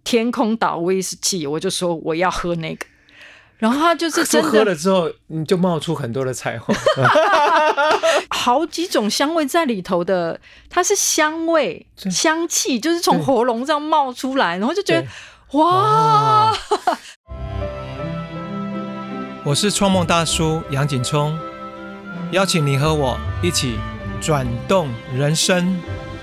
天空岛威士忌，我就说我要喝那个。然后他就是真的喝了之后，你就冒出很多的彩虹， 好几种香味在里头的，它是香味、香气，就是从喉咙这样冒出来，然后就觉得哇！ 我是创梦大叔杨景聪，邀请你和我一起转动人生。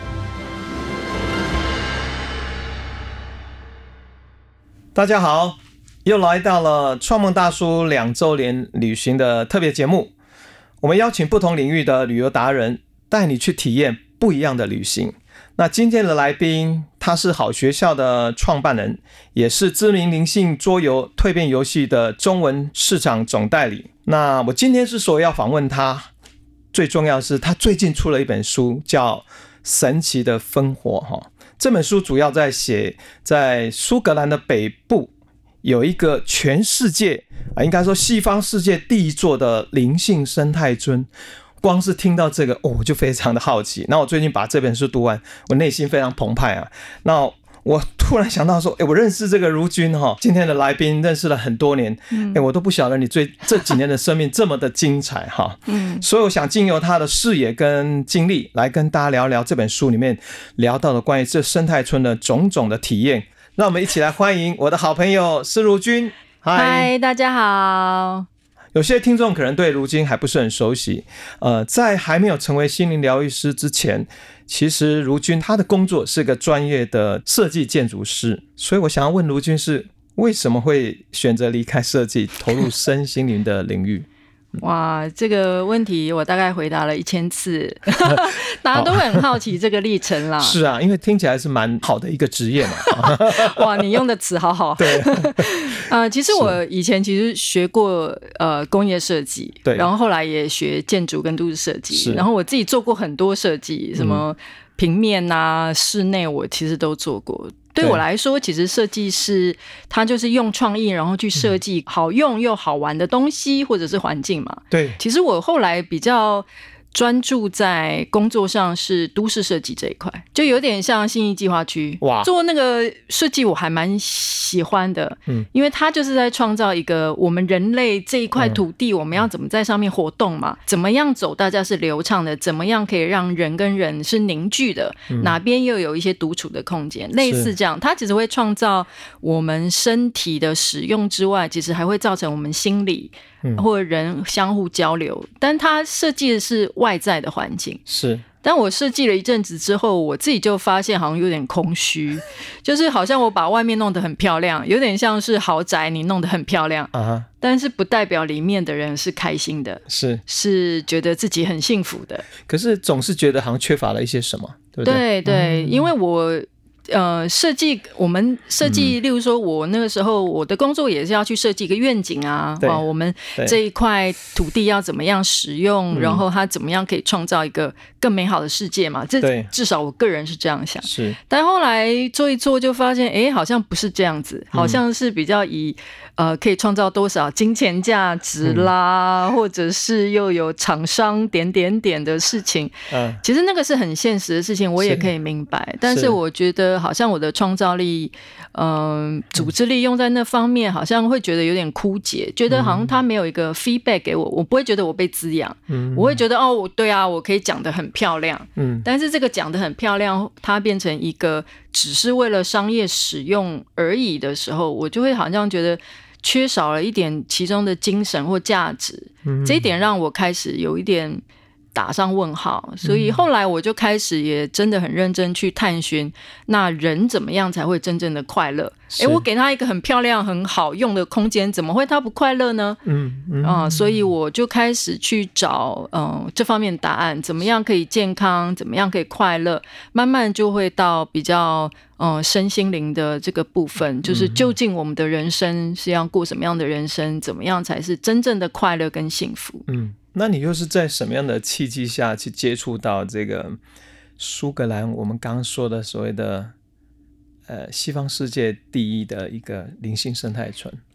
大家好，又来到了创梦大叔2周年旅行的特别节目，我们邀请不同领域的旅游达人，带你去体验不一样的旅行。那今天的来宾，他是好学校的创办人，也是知名灵性桌游蜕变游戏的中文市场总代理。那我今天之所以要访问他，最重要的是他最近出了一本书，叫《神奇的烽火》。这本书主要在写在苏格兰的北部有一个全世界应该说西方世界第一座的灵性生态村。光是听到这个我就非常的好奇。那我最近把这本书读完，我内心非常澎湃啊。那我突然想到说，我认识这个如君今天的来宾认识了很多年，我都不晓得你这几年的生命这么的精彩所以我想经由他的视野跟经历来跟大家聊聊这本书里面聊到的关于这生态村的种种的体验。让我们一起来欢迎我的好朋友施如君。 嗨，大家好。 有些听众可能对如君还不是很熟悉，在还没有成为心灵疗愈师之前，其实如君他的工作是个专业的设计建筑师，所以我想要问如君是为什么会选择离开设计，投入身心灵的领域？ 哇，这个问题我大概回答了1000次，大家都会很好奇这个历程啦。 是啊，因为听起来是蛮好的一个职业嘛。 哇，你用的词好好。 对， 其实我以前其实学过工业设计， 对， 然后后来也学建筑跟都市设计，然后我自己做过很多设计，什么平面啊、室内，我其实都做过。对我来说，其实设计是它就是用创意，然后去设计好用又好玩的东西，或者是环境嘛。 对， 其实我后来比较专注在工作上是都市设计这一块，就有点像信义计划区做那个设计，我还蛮喜欢的。因为它就是在创造一个我们人类这一块土地，我们要怎么在上面活动嘛，怎么样走大家是流畅的，怎么样可以让人跟人是凝聚的，哪边又有一些独处的空间，类似这样。它其实会创造我们身体的使用之外，其实还会造成我们心理或者人相互交流，但它设计的是外在的环境。 是， 但我设计了一阵子之后，我自己就发现好像有点空虚，就是好像我把外面弄得很漂亮，有点像是豪宅你弄得很漂亮但是不代表里面的人是开心的，是觉得自己很幸福的， 可是总是觉得好像缺乏了一些什么，对不对？ 对，因为我我们设计例如说我那个时候我的工作也是要去设计一个愿景啊，我们这一块土地要怎么样使用，然后它怎么样可以创造一个更美好的世界嘛，这至少我个人是这样想。是，但后来做一做就发现好像不是这样子，好像是比较以可以创造多少金钱价值啦，或者是又有厂商点的事情，其实那个是很现实的事情，我也可以明白，但是我觉得好像我的创造力组织力用在那方面好像会觉得有点枯竭，觉得好像他没有一个 feedback 给我，我不会觉得我被滋养，我会觉得对啊，我可以讲得很漂亮，但是这个讲得很漂亮它变成一个只是为了商业使用而已的时候，我就会好像觉得缺少了一点其中的精神或价值，这一点让我开始有一点打上问号，所以后来我就开始也真的很认真去探寻，那人怎么样才会真正的快乐？我给他一个很漂亮很好用的空间，怎么会他不快乐呢？所以我就开始去找这方面的答案，怎么样可以健康，怎么样可以快乐，慢慢就会到比较身心灵的这个部分，就是究竟我们的人生是要过什么样的人生，怎么样才是真正的快乐跟幸福。 那你又是在什么样的契机下去接触到这个苏格兰我们刚刚说的所谓的西方世界第一的一个灵性生态村？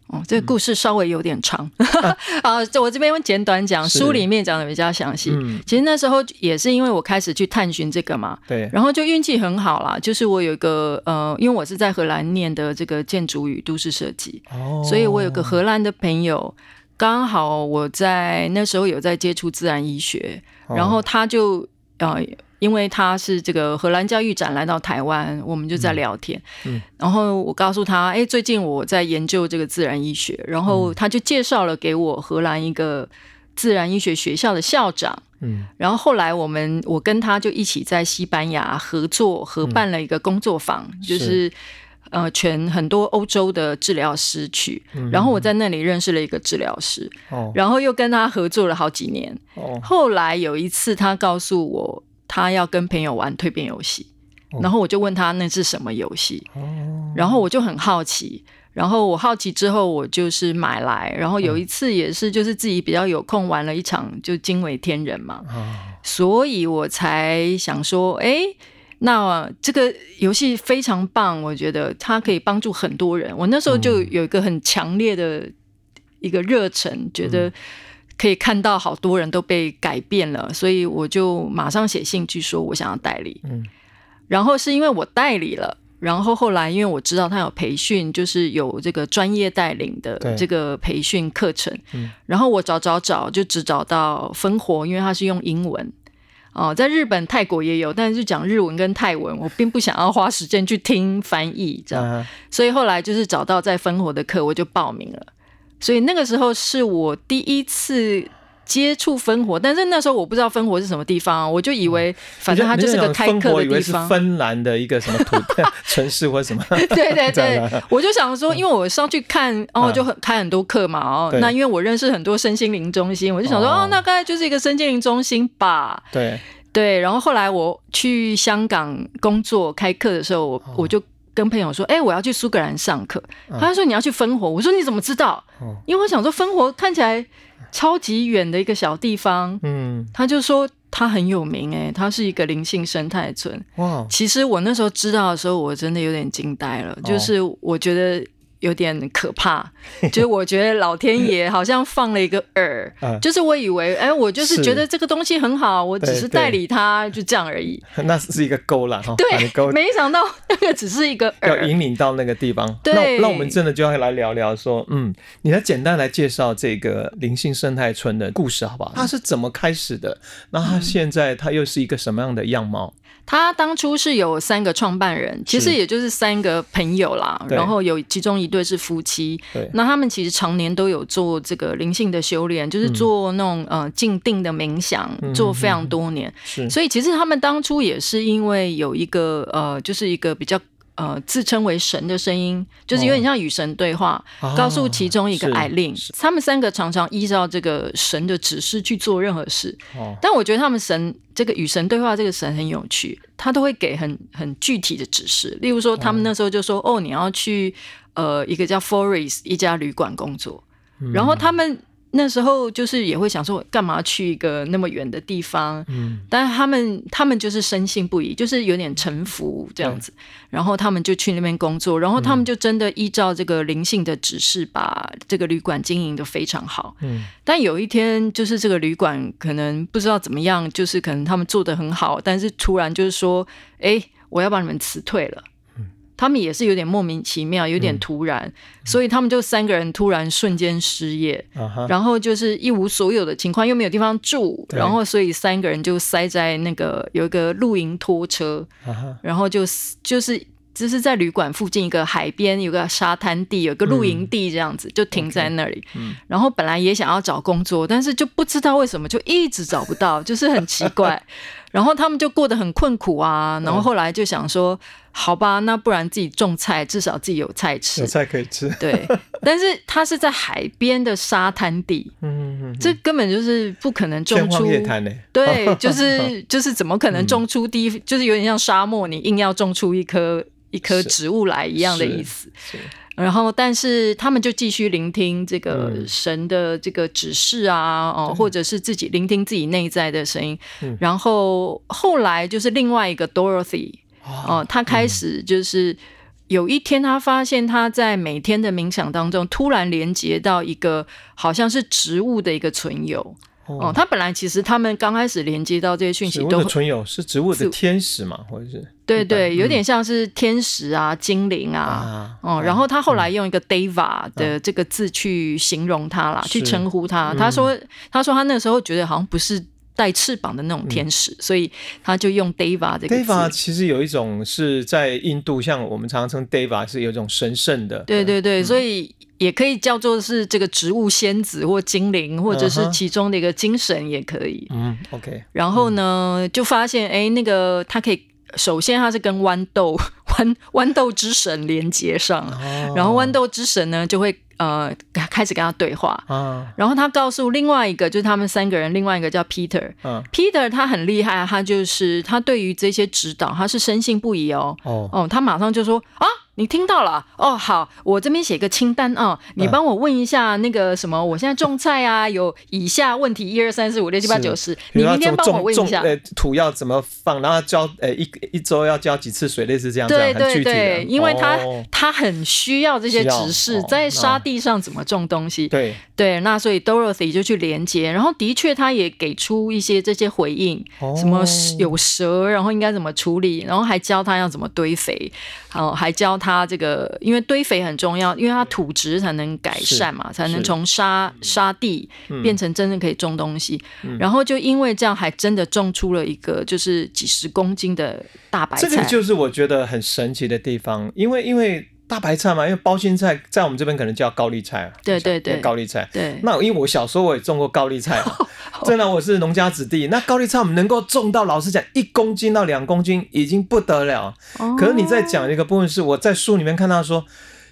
这个故事稍微有点长我这边简短讲，书里面讲的比较详细。其实那时候也是因为我开始去探寻这个嘛， 对， 然后就运气很好啦，就是我有一个因为我是在荷兰念的这个建筑与都市设计，所以我有个荷兰的朋友，刚好我在那时候有在接触自然医学，然后他就因为他是这个荷兰教育展来到台湾，我们就在聊天，然后我告诉他最近我在研究这个自然医学，然后他就介绍了给我荷兰一个自然医学学校的校长，然后后来我跟他就一起在西班牙合办了一个工作坊，就是很多欧洲的治疗师去，然后我在那里认识了一个治疗师，然后又跟他合作了好几年，后来有一次他告诉我他要跟朋友玩蜕变游戏，然后我就问他那是什么游戏，然后我就很好奇，然后我好奇之后我就是买来，然后有一次也是就是自己比较有空玩了一场就惊为天人嘛，所以我才想说那这个游戏非常棒，我觉得它可以帮助很多人，我那时候就有一个很强烈的一个热忱，觉得可以看到好多人都被改变了，所以我就马上写信去说我想要代理，然后是因为我代理了，然后后来因为我知道他有培训，就是有这个专业带领的这个培训课程，然后我找就只找到分活，因为他是用英文在日本泰国也有，但是就讲日文跟泰文，我并不想要花时间去听翻译这样，所以后来就是找到在分活的课我就报名了，所以那个时候是我第一次接触分活，但是那时候我不知道分活是什么地方，我就以为反正它就是个开课的地方， 以为是芬兰的一个什么城市或什么对我就想说因为我上去看就开很多课嘛那因为我认识很多身心灵中心，我就想说那大概就是一个身心灵中心吧，对，然后后来我去香港工作开课的时候我就跟朋友说我要去苏格兰上课，他就说你要去分活，我说你怎么知道因为我想说分活看起来超级远的一个小地方，他就说他很有名他是一个灵性生态村。其实我那时候知道的时候我真的有点惊呆了，就是我觉得有点可怕就是我觉得老天爷好像放了一个饵就是我以为我就是觉得这个东西很好，我只是代理它就这样而已， 那是一个钩啦对，没想到那个只是一个饵， 要引领到那个地方。 对， 那我们真的就要来聊聊说你来简单来介绍这个灵性生态村的故事好不好？它是怎么开始的，那它现在它又是一个什么样的样貌？ 他当初是有3个创办人，其实也就是3个朋友啦，然后有其中一对是夫妻，那他们其实常年都有做这个灵性的修炼，就是做那种静定的冥想，做非常多年，所以其实他们当初也是因为有一个就是一个比较自称为神的声音，就是有点像与神对话，告诉其中一个艾琳，他们3个常常依照这个神的指示去做任何事，但我觉得他们神这个与神对话这个神很有趣，他都会给很具体的指示，例如说他们那时候就说你要去一个叫 Forest 一家旅馆工作，然后他们那时候就是也会想说干嘛去一个那么远的地方，但是他们就是深信不疑，就是有点臣服这样子，然后他们就去那边工作，然后他们就真的依照这个灵性的指示把这个旅馆经营得非常好，但有一天就是这个旅馆可能不知道怎么样，就是可能他们做得很好，但是突然就是说我要把你们辞退了，他们也是有点莫名其妙，有点突然，所以他们就3个人突然瞬间失业，然后就是一无所有的情况，又没有地方住，然后所以3个人就塞在那个有一个露营拖车，然后就是在旅馆附近一个海边有个沙滩地，有个露营地这样子，就停在那里，然后本来也想要找工作，但是就不知道为什么就一直找不到，就是很奇怪然后他们就过得很困苦啊，然后后来就想说好吧，那不然自己种菜，至少自己有菜吃， 有菜可以吃对，但是它是在海边的沙滩地这根本就是不可能种出， 天荒夜滩对，就是怎么可能种出就是有点像沙漠，你硬要种出一棵植物来一样的意思，然后但是他们就继续聆听这个神的这个指示啊，或者是自己聆听自己内在的声音，然后后来就是另外一个 Dorothy 他开始就是有一天他发现他在每天的冥想当中突然连接到一个好像是植物的一个存有。他本来其实他们刚开始连接到这些讯息都， 植物的存有是植物的天使嘛，或者是对对，有点像是天使啊、精灵啊，然后他后来用一个 Deva 的这个字去形容他啦，去称呼他。他说他那时候觉得好像不是带翅膀的那种天使，所以他就用 Deva 这个字。 Deva 其实有一种是在印度，像我们常常称 Deva 是有一种神圣的， 对对对，所以也可以叫做是这个植物仙子或精灵，或者是其中的一个精神也可以。 OK。 然后呢，就发现那个他可以，首先他是跟豌豆之神连接上，然后豌豆之神呢就会开始跟他对话，然后他告诉另外一个，就是他们3个人，另外一个叫 Peter，Peter 他很厉害，他就是他对于这些指导他是深信不疑他马上就说你听到了好，我这边写个清单你帮我问一下那个什么，我现在种菜啊，有以下问题1、2、3、4、5、6、7、8、9、10，你明天帮我问一下土要怎么放，然后浇一周要浇几次水，类似这样对很具体的。 对，因为他很需要这些指示，在沙地上怎么种东西。对，那所以 Dorothy 就去连接，然后的确他也给出一些这些回应，什么有蛇，然后应该怎么处理，然后还教他要怎么堆肥，还教他这个，因为堆肥很重要，因为它土质才能改善嘛，才能从沙地变成真正可以种东西。然后就因为这样，还真的种出了一个就是几十公斤的大白菜。 这个就是我觉得很神奇的地方，因为大白菜嘛，因为包心菜在我们这边可能叫高丽菜， 对对对， 高丽菜。 对， 那因为我小时候我也种过高丽菜真的我是农家子弟，那高丽菜我们能够种到，老实讲1公斤到2公斤已经不得了。可是你在讲一个部分是我在书里面看到说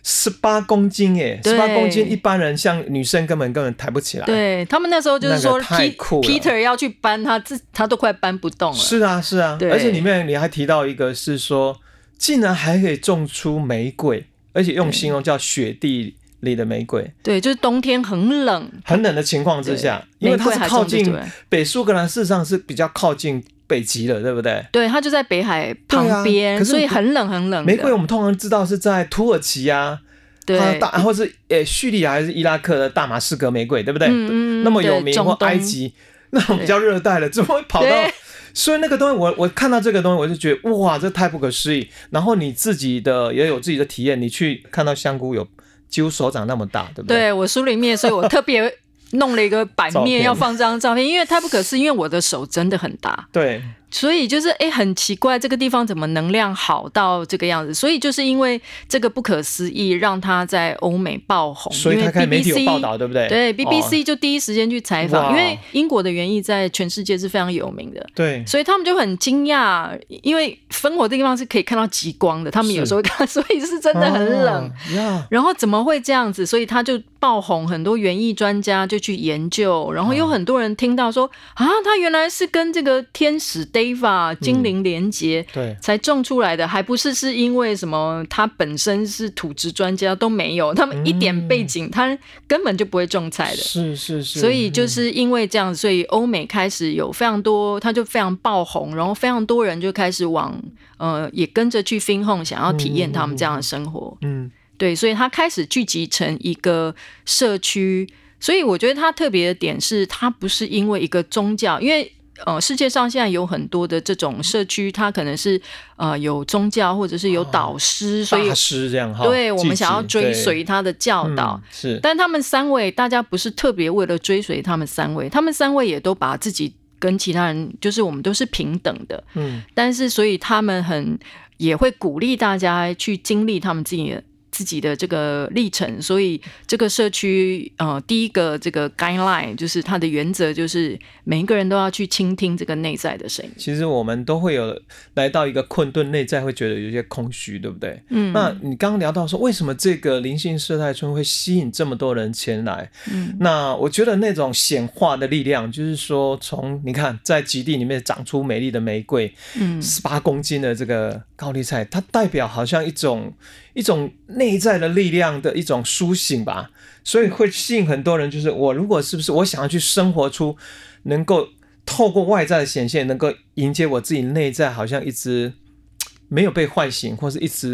18公斤耶，18公斤一般人像女生根本抬不起来。 对，他们那时候就是说Peter 要去搬他都快搬不动了。 是啊，而且里面你还提到一个是说竟然还可以种出玫瑰，而且用形容叫雪地里的玫瑰。 对，就是冬天很冷的情况之下，因为它是靠近北苏格兰，事实上是比较靠近北极的，对不对？ 对，它就在北海旁边，所以很冷很冷。 玫瑰我们通常知道是在土耳其啊，对，或是叙利亚还是伊拉克的大马士革玫瑰，对不对？那么有名，或埃及那种比较热带的，怎么会跑到？所以那个东西我看到这个东西我就觉得哇，这太不可思议。然后你自己的也有自己的体验，你去看到香菇有几乎手掌那么大，对不对？ 对，我书里面，所以我特别弄了一个版面要放这张照片，因为太不可思议，因为我的手真的很大。 对， 所以就是很奇怪，这个地方怎么能量好到这个样子？所以就是因为这个不可思议，让他在欧美爆红。 所以他看媒体有报道，对不对？ 对 ，BBC 就第一时间去采访，因为英国的园艺在全世界是非常有名的。 对， 所以他们就很惊讶，因为烽火这个地方是可以看到极光的，他们有时候看，所以是真的很冷。然后怎么会这样子？所以他就爆红，很多园艺专家就去研究，然后有很多人听到说他原来是跟这个天使Deva 精灵连结， 对， 才种出来的，还不是因为什么他本身是土质专家都没有，他们一点背景他根本就不会种菜的。 是， 所以就是因为这样，所以欧美开始有非常多，他就非常爆红，然后非常多人就开始也跟着去 FinHome 想要体验他们这样的生活。对，所以他开始聚集成一个社区。所以我觉得他特别的点是，他不是因为一个宗教，因为世界上现在有很多的这种社区，它可能是有宗教或者是有导师，所以大师这样对，我们想要追随他的教导。 是， 但他们3位大家不是特别为了追随他们3位，他们3位也都把自己跟其他人就是我们都是平等的。但是所以他们也会鼓励大家去经历他们自己的这个历程。所以这个社区第一个这个 guideline 就是它的原则就是每一个人都要去倾听这个内在的声音。 其实我们都会有来到一个困顿，内在会觉得有些空虚，对不对？那你刚刚聊到说为什么这个灵性色彩村会吸引这么多人前来？那我觉得那种显化的力量就是说，从你看在极地里面长出美丽的玫瑰，18公斤的这个高丽菜，它代表好像一种内在的力量的一种苏醒吧，所以会吸引很多人。就是我如果是不是我想要去生活出能够透过外在的显现，能够迎接我自己内在好像一直没有被唤醒，或是一直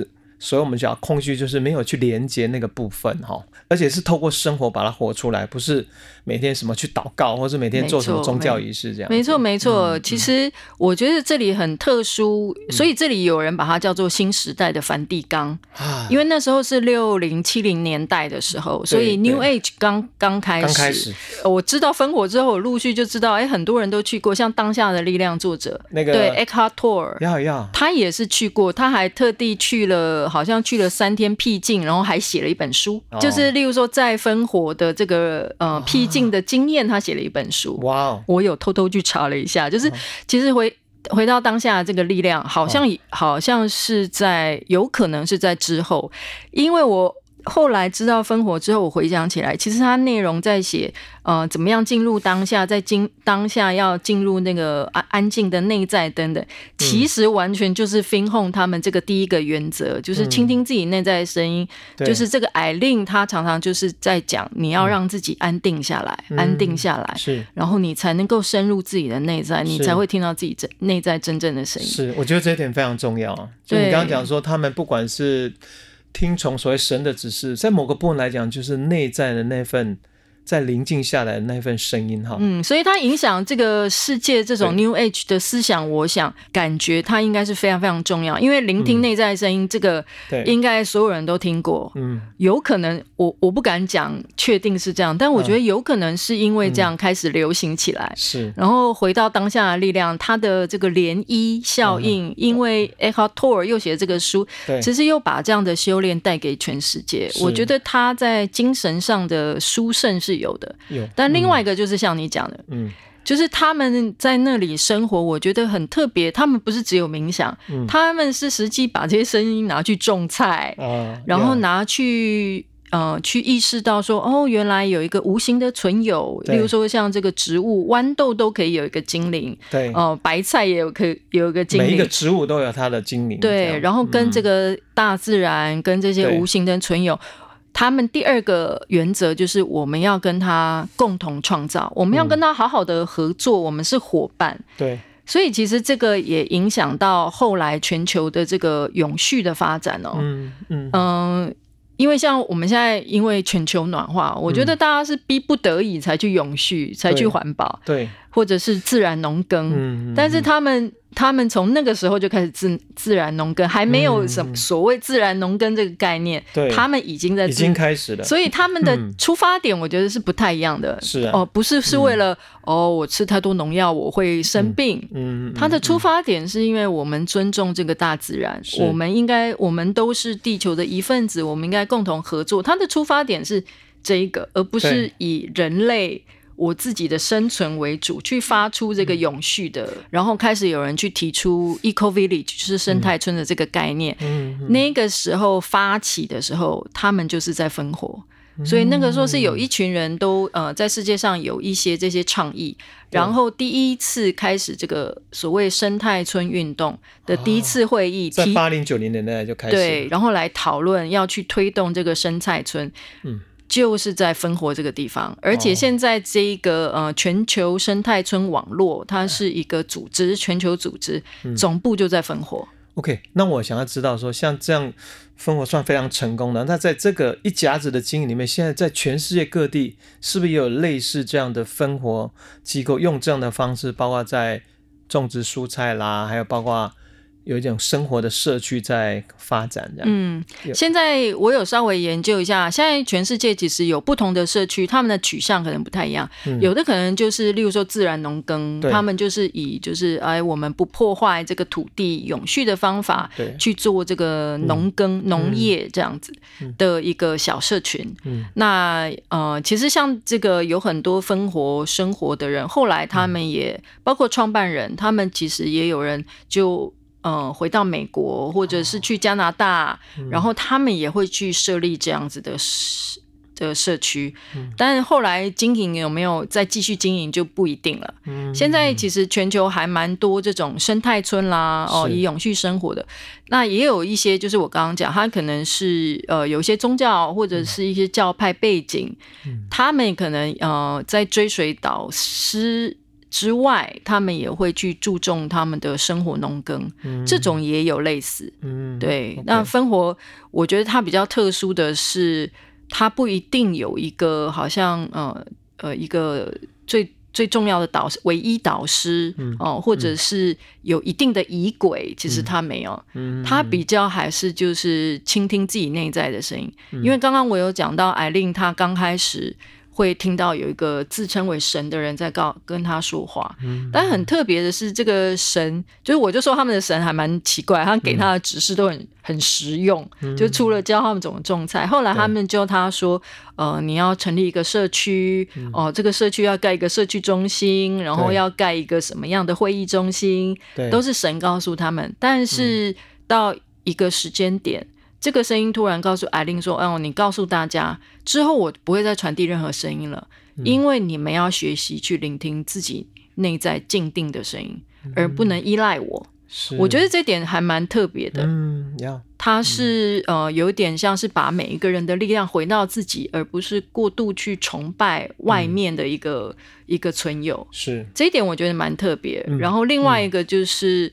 所以我们讲空虚就是没有去连接那个部分而且是透过生活把它活出来，不是每天什么去祷告，或是每天做什么宗教仪式这样。 没错，其实我觉得这里很特殊，所以这里有人把它叫做新时代的梵蒂冈，因为那时候是60、70年代的时候，所以 New Age 刚开始。我知道烽火之后，我陆续就知道，很多人都去过，像当下的力量作者那个对 Eckhart Tolle，他也是去过，他还特地好像去了3天僻静，然后还写了一本书，就是例如说在烽火的这个僻静的经验，他写了一本书。哇，我有偷偷去查了一下，就是其实回到当下的这个力量，好像是有可能是在之后，因为我后来知道烽火之后，我回想起来，其实它内容在写怎么样进入当下，在当下要进入那个安静的内在等等，其实完全就是 Finn 他们这个第一个原则，就是倾听自己内在的声音，就是这个Eileen他常常就是在讲，你要让自己安定下来，安定下来，是，然后你才能够深入自己的内在，你才会听到自己内在真正的声音。 是，我觉得这一点非常重要啊。就你刚刚讲说，他们不管是听从所谓神的指示，在某个部分来讲，就是内在的那份在宁静下来的那份声音所以它影响这个世界这种 New Age 的思想，我想感觉它应该是非常非常重要，因为聆听内在的声音，这个应该所有人都听过。有可能我不敢讲确定是这样，但我觉得有可能是因为这样开始流行起来，是，然后回到当下的力量，它的这个涟漪效应，因为 Eckhart Tolle 又写这个书，其实又把这样的修炼带给全世界。我觉得他在精神上的殊胜是有的，但另外一个就是像你讲的，就是他们在那里生活，我觉得很特别。他们不是只有冥想，他们是实际把这些声音拿去种菜，然后拿去意识到说，原来有一个无形的存有，例如说像这个植物，豌豆都可以有一个精灵，对，白菜也可以有一个精灵， 每一个植物都有它的精灵， 对，然后跟这个大自然，跟这些无形的存有。他们第二个原则就是我们要跟他共同创造，我们要跟他好好的合作，我们是伙伴。对，所以其实这个也影响到后来全球的这个永续的发展因为像我们现在因为全球暖化，我觉得大家是逼不得已才去永续，才去环保，对，或者是自然农耕，但是他们从那个时候就开始自然农耕，还没有什么所谓自然农耕这个概念，他们已经开始了， 所以他们的出发点我觉得是不太一样的，是啊，不是为了我吃太多农药我会生病，他的出发点是因为我们尊重这个大自然，我们都是地球的一份子，我们应该共同合作，他的出发点是这一个，而不是以人类我自己的生存为主去发出这个永续的，然后开始有人去提出 Eco Village 就是生态村的这个概念，那个时候发起的时候他们就是在烽火，所以那个时候是有一群人都在世界上有一些这些倡议，然后第一次开始这个所谓生态村运动的第一次会议， 在80、90年代就开始， 对，然后来讨论要去推动这个生态村，就是在烽火这个地方，而且现在这一个全球生态村网络，它是一个组织，全球组织，总部就在烽火。 OK， 那我想要知道说，像这样烽火算非常成功的，那在这个一甲子的经营里面，现在在全世界各地是不是也有类似这样的烽火机构，用这样的方式，包括在种植蔬菜啦，还有包括有一种生活的社区在发展这样。 现在我有稍微研究一下，现在全世界其实有不同的社区，他们的取向可能不太一样，有的可能就是例如说自然农耕，他们就是以就是我们不破坏这个土地永续的方法去做这个农耕农业这样子的一个小社群。那其实像这个有很多烽火生活的人，后来他们也包括创办人，他们其实也有人就回到美国或者是去加拿大，然后他们也会去设立这样子的社区，但是后来经营有没有再继续经营就不一定了。现在其实全球还蛮多这种生态村啦，以永续生活的，那也有一些就是我刚刚讲，它可能是有一些宗教或者是一些教派背景，他们可能在追随导师之外，他们也会去注重他们的生活农耕，这种也有类似。对，那分活我觉得它比较特殊的是，它不一定有一个好像一个最重要的唯一导师或者是有一定的仪轨，其实他没有，他比较还是就是倾听自己内在的声音。因为刚刚我有讲到Aileen她刚开始会听到有一个自称为神的人在跟他说话，但很特别的是，这个神就是我就说他们的神还蛮奇怪，他给他的指示都很实用，就除了教他们怎么种菜，后来他们教他说你要成立一个社区这个社区要盖一个社区中心，然后要盖一个什么样的会议中心，都是神告诉他们。但是到一个时间点，这个声音突然告诉Aileen说你告诉大家之后我不会再传递任何声音了，因为你们要学习去聆听自己内在静定的声音，而不能依赖我。我觉得这点还蛮特别的。它是有点像是把每一个人的力量回到自己，而不是过度去崇拜外面的一个存有。是这一点我觉得蛮特别。然后另外一个就是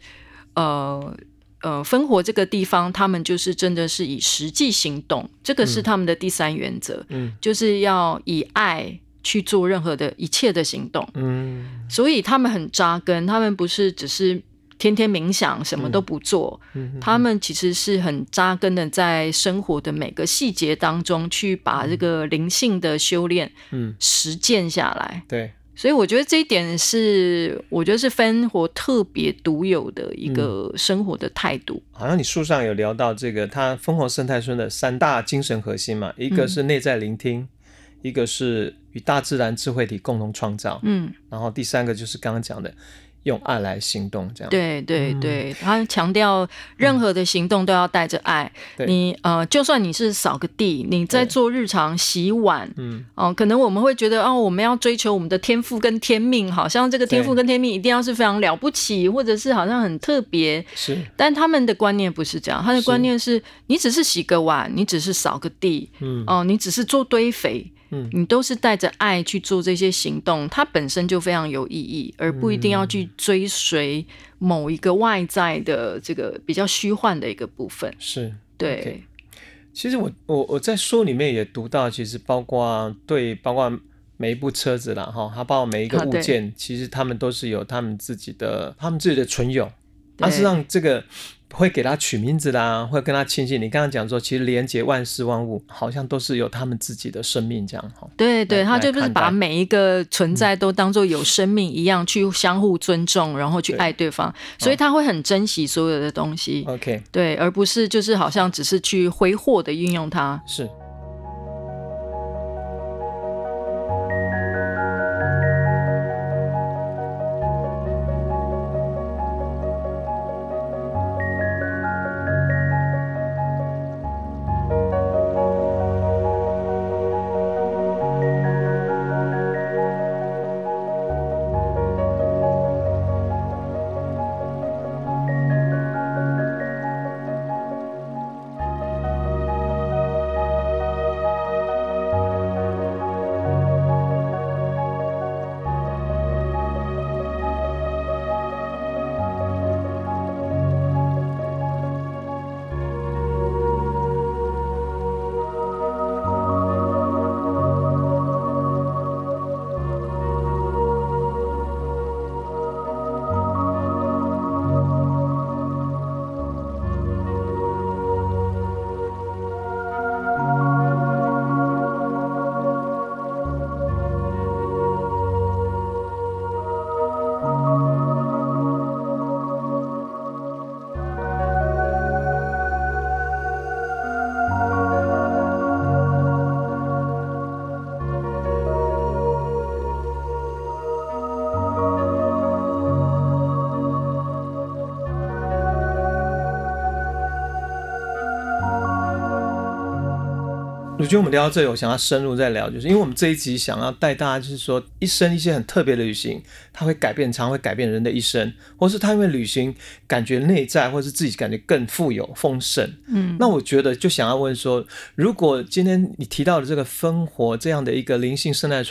分活这个地方，他们就是真的是以实际行动，这个是他们的第3原则，就是要以爱去做任何的一切的行动。所以他们很扎根，他们不是只是天天冥想什么都不做，他们其实是很扎根的在生活的每个细节当中去把这个灵性的修炼实践下来。对，所以我觉得这一点是我觉得是分活特别独有的一个生活的态度。 好像你书上有聊到这个他分活生态村的3大精神核心嘛，一个是内在聆听，一个是与大自然智慧体共同创造，然后第3个就是刚刚讲的用爱来行动，这样。 对对对，他强调任何的行动都要带着爱。你就算你是扫个地，你在做日常洗碗，可能我们会觉得我们要追求我们的天赋跟天命，好像这个天赋跟天命一定要是非常了不起，或者是好像很特别。是，但他们的观念不是这样，他的观念是你只是洗个碗，你只是扫个地，你只是做堆肥。你都是带着爱去做这些行动，它本身就非常有意义，而不一定要去追随某一个外在的这个比较虚幻的一个部分。是，对。 其实我在书里面也读到，其实包括每一部车子啦，它包括每一个物件，其实他们都是有他们自己的存有，它是让这个会给他取名字啦，会跟他亲近。你刚刚讲说其实连结万事万物好像都是有他们自己的生命这样。 对对，他就是把每一个存在都当作有生命一样去相互尊重，然后去爱对方，所以他会很珍惜所有的东西。OK， 对，而不是就是好像只是去挥霍的运用它。是。 我觉得我们聊到这里，我想要深入再聊，就是因为我们这一集想要带大家，就是说一生一些很特别的旅行，它会常常会改变人的一生，或是他因为旅行感觉内在，或是自己感觉更富有丰盛。那我觉得就想要问说，如果今天你提到的这个分活这样的一个灵性生态村，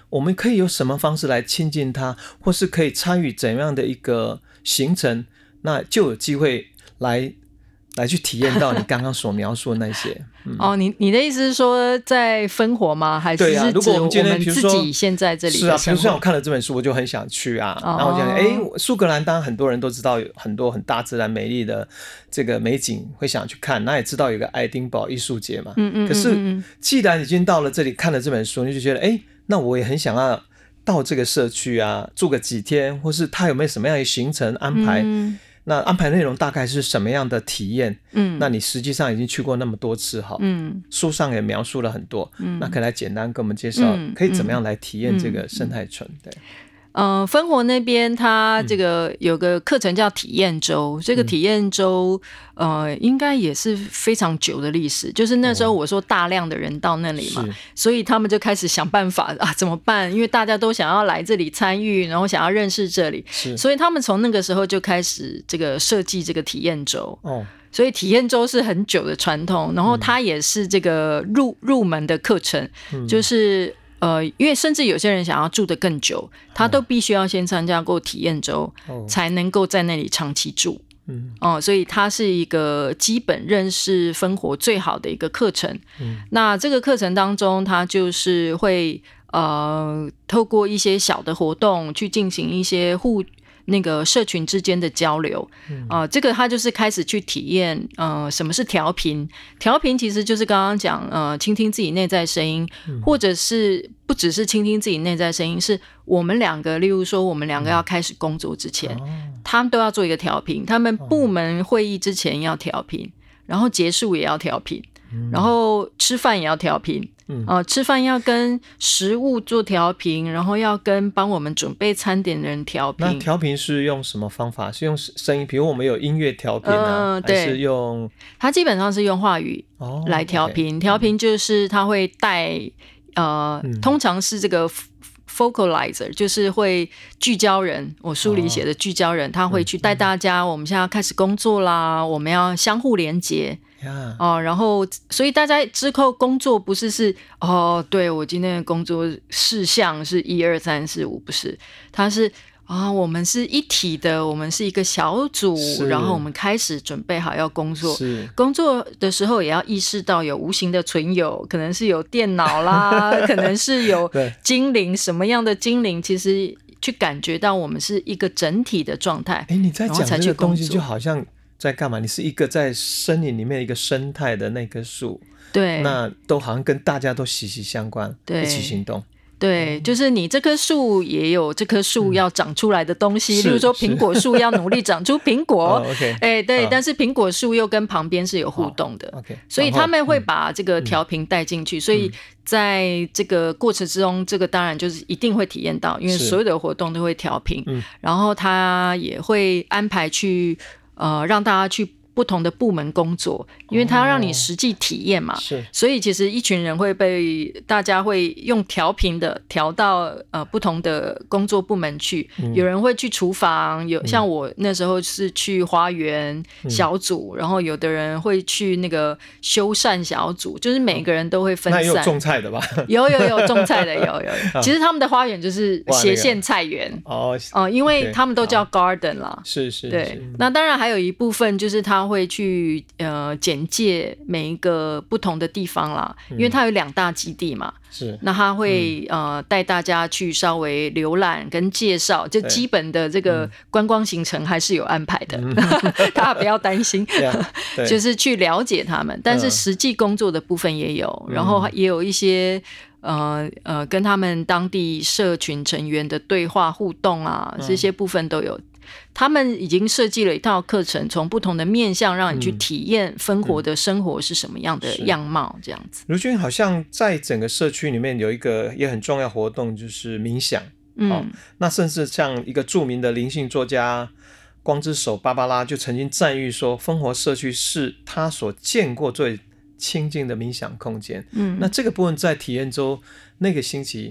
我们可以有什么方式来亲近他，或是可以参与怎样的一个行程，那就有机会来去体验到你刚刚所描述的那些。 哦，你的意思是说在分活吗？还是对啊，如果我们今天自己现在这里是啊，比如说我看了这本书，我就很想去啊。然后我讲，苏格兰当然很多人都知道有很多很大自然美丽的这个美景，会想去看。那也知道有个爱丁堡艺术节嘛。可是既然已经到了这里看了这本书，你就觉得，那我也很想要到这个社区啊，住个几天，或是他有没有什么样的行程安排？那安排内容大概是什么样的体验？那你实际上已经去过那么多次，书上也描述了很多，那可以来简单跟我们介绍，可以怎么样来体验这个生态村？对。 分活那边它这个有个课程叫体验周，这个体验周应该也是非常久的历史，就是那时候我说大量的人到那里嘛，所以他们就开始想办法啊怎么办，因为大家都想要来这里参与，然后想要认识这里，所以他们从那个时候就开始这个设计这个体验周。所以体验周是很久的传统，然后它也是这个入门的课程，就是因为甚至有些人想要住得更久，他都必须要先参加过体验周，才能够在那里长期住。所以它是一个基本认识分活最好的一个课程。那这个课程当中，它就是会透过一些小的活动去进行一些那个社群之间的交流。这个他就是开始去体验什么是调频。调频其实就是刚刚讲倾听自己内在声音，或者是不只是倾听自己内在声音，是我们两个，例如说我们两个要开始工作之前，他们都要做一个调频，他们部门会议之前要调频，然后结束也要调频，然后吃饭也要调频。吃饭要跟食物做调频，然后要跟帮我们准备餐点的人调频。 那调频是用什么方法？是用声音，比如我们有音乐调频啊，还是用？ 它基本上是用话语来调频。调频就是它会带通常是这个focalizer， 就是会聚焦人，我书里写的聚焦人，他会去带大家，我们现在要开始工作啦，我们要相互连结。然后所以大家之后工作不是对，我今天的工作事项是1、2、3、4、5，不是，它是我们是一体的，我们是一个小组，然后我们开始准备好要工作。工作的时候也要意识到有无形的存有，可能是有电脑啦，可能是有精灵，什么样的精灵，其实去感觉到我们是一个整体的状态。 你在讲这个东西就好像在干嘛？你是一个在森林里面一个生态的那棵树，对，那都好像跟大家都息息相关，一起行动。 对，就是你这棵树也有这棵树要长出来的东西，例如说苹果树要努力长出苹果，对，但是苹果树又跟旁边是有互动的，所以他们会把这个调频带进去，所以在这个过程之中，这个当然就是一定会体验到，因为所有的活动都会调频，然后他也会安排去让大家去不同的部门工作，因为它要让你实际体验嘛，所以其实一群人会大家会用调频的调到不同的工作部门去，有人会去厨房，像我那时候是去花园小组，然后有的人会去那个修缮小组，就是每个人都会分散。 那有种菜的吧？ 有种菜的，有。其实他们的花园就是斜线菜园因为他们都叫 garden 啦， 是， 对。那当然还有一部分就是他会去简介每一个不同的地方啦，因为它有2大基地嘛，那他会带大家去稍微浏览跟介绍，就基本的这个观光行程还是有安排的，大家不要担心，就是去了解他们，但是实际工作的部分也有，然后也有一些跟他们当地社群成员的对话互动啊，这些部分都有。他们已经设计了一套课程，从不同的面向让你去体验分活的生活是什么样的样貌，这样子。 如君好像在整个社区里面有一个也很重要活动，就是冥想。那甚至像一个著名的灵性作家光之手芭芭拉就曾经赞誉说，分活社区是他所见过最清静的冥想空间。那这个部分在体验周那个星期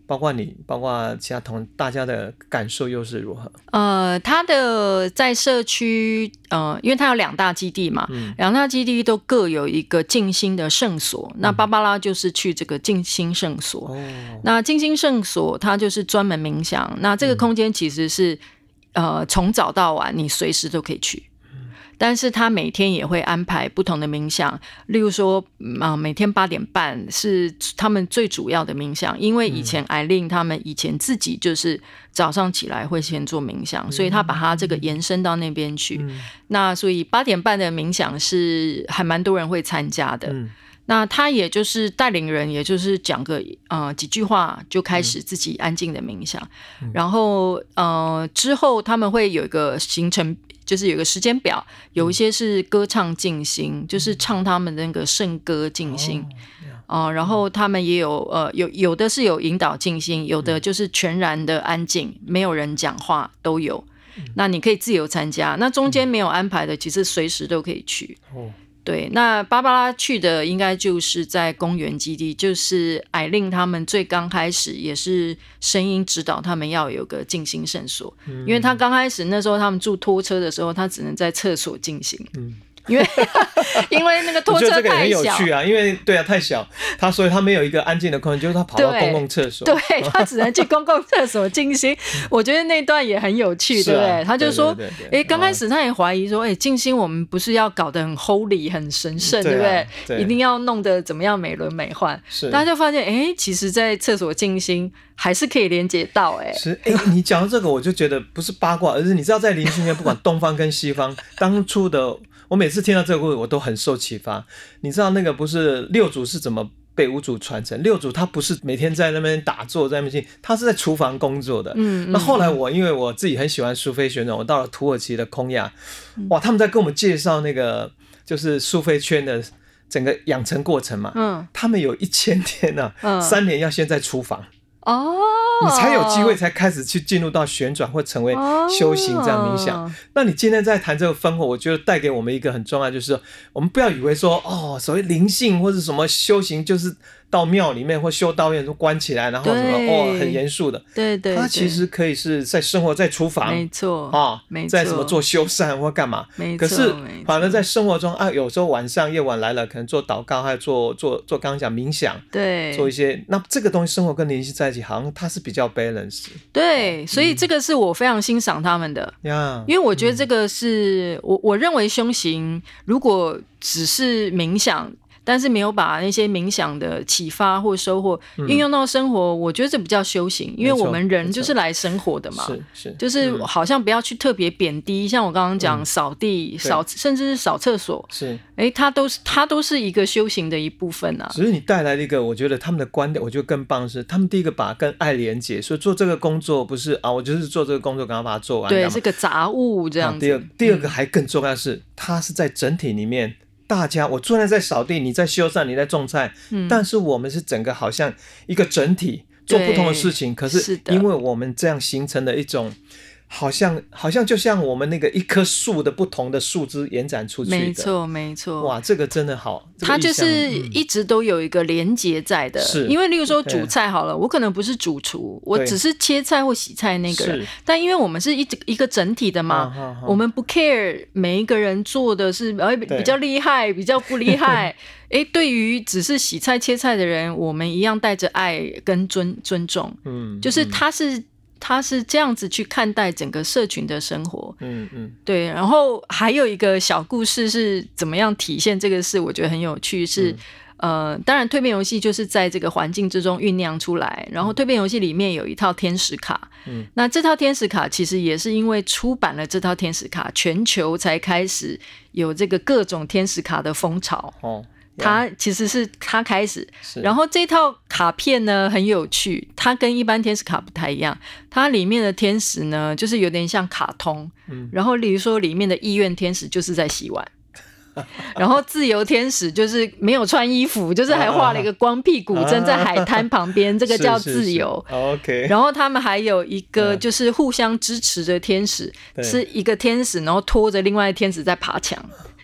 包括你，包括其他大家的感受又是如何？ 他的在社区，因为他有2大基地嘛，2大基地都各有一个静心的圣所。那芭芭拉就是去这个静心圣所。那静心圣所它就是专门冥想。那这个空间其实是从早到晚你随时都可以去。但是他每天也会安排不同的冥想，例如说每天8点半是他们最主要的冥想，因为以前艾琳他们以前自己就是早上起来会先做冥想，所以他把他这个延伸到那边去。那所以8点半的冥想是还蛮多人会参加的。那他也就是带领人，也就是讲个几句话就开始自己安静的冥想，然后之后他们会有一个行程，就是有一个时间表，有一些是歌唱静心，就是唱他们的那个圣歌静心。然后他们也有的是有引导静心，有的就是全然的安静，没有人讲话都有。那你可以自由参加，那中间没有安排的其实随时都可以去。对，那芭芭拉去的应该就是在公园基地，就是艾琳他们最刚开始也是声音指导他们要有个静心圣所，因为他刚开始那时候他们住拖车的时候，他只能在厕所静心。因为那个拖车太小，我觉得这个也很有趣啊，因为对啊太小，所以他没有一个安静的空间，就是他跑到公共厕所， 对，他只能去公共厕所静心。我觉得那段也很有趣，对不对？他就说，刚开始他也怀疑说，静心我们不是要搞得很 holy 很神圣，对不对？对，一定要弄得怎么样美轮美奂。大家就发现，其实在厕所静心还是可以连接到。 你讲到这个，我就觉得不是八卦，而是你知道在灵性里面，不管东方跟西方，当初的。我每次听到这个故事，我都很受启发。你知道那个不是六祖是怎么被五祖传承？六祖他不是每天在那边打坐在那边，他是在厨房工作的。那后来因为我自己很喜欢苏菲旋转，我到了土耳其的空亚，哇，他们在跟我们介绍那个就是苏菲圈的整个养成过程嘛。他们有1000天啊，3年要先在厨房。你才有机会才开始去进入到旋转或成为修行这样冥想。那你今天在谈这个氛围，我觉得带给我们一个很重要，就是我们不要以为说所谓灵性或是什么修行就是到庙里面或修道院都关起来，然后什么很严肃的。 对， 它其实可以是在生活在厨房， 没错在什么做修缮或干嘛。可是反而在生活中有时候夜晚来了，可能做祷告，还有做刚刚讲冥想， 对， 做一些那这个东西生活跟灵性在一起，好像它是比较 balance。 对，所以这个是我非常欣赏他们的，因为我觉得这个是我认为修行如果只是冥想，但是没有把那些冥想的启发或收获运用到生活，我觉得这比较修行，因为我们人就是来生活的嘛，就是好像不要去特别贬低，像我刚刚讲扫地、甚至是扫厕所，它都是一个修行的一部分啊。 只是你带来的一个，我觉得他们的观点，我觉得更棒是，他们第一个把跟爱连结，所以做这个工作不是我就是做这个工作，赶快把它做完， 对，是个杂物这样子。 第二个还更重要的是，它是在整体里面。大家，我昨天在扫地，你在修缮，你在种菜，但是我们是整个好像一个整体做不同的事情，可是因为我们这样形成的一种好像就像我们那个一棵树的不同的树枝延展出去的， 没错。 哇，这个真的好， 它就是一直都有一个连结在的。因为例如说煮菜好了，我可能不是主厨，我只是切菜或洗菜那个人，但因为我们是一个整体的嘛，我们不 care 每一个人做的是比较厉害，比较不厉害。对于只是洗菜切菜的人，我们一样带着爱跟尊重。就是他是这样子去看待整个社群的生活。对。然后还有一个小故事是怎么样体现这个事，我觉得很有趣。是当然蜕变游戏就是在这个环境之中酝酿出来，然后蜕变游戏里面有一套天使卡。那这套天使卡其实也是因为出版了这套天使卡，全球才开始有这个各种天使卡的风潮。它其实是它开始，然后这套卡片呢很有趣，它跟一般天使卡不太一样，它里面的天使呢就是有点像卡通，然后比如说里面的意愿天使就是在洗碗，然后自由天使就是没有穿衣服，就是还画了一个光屁股站在海滩旁边，这个叫自由。 OK。 然后他们还有一个就是互相支持的天使，是一个天使然后拖着另外的天使在爬墙。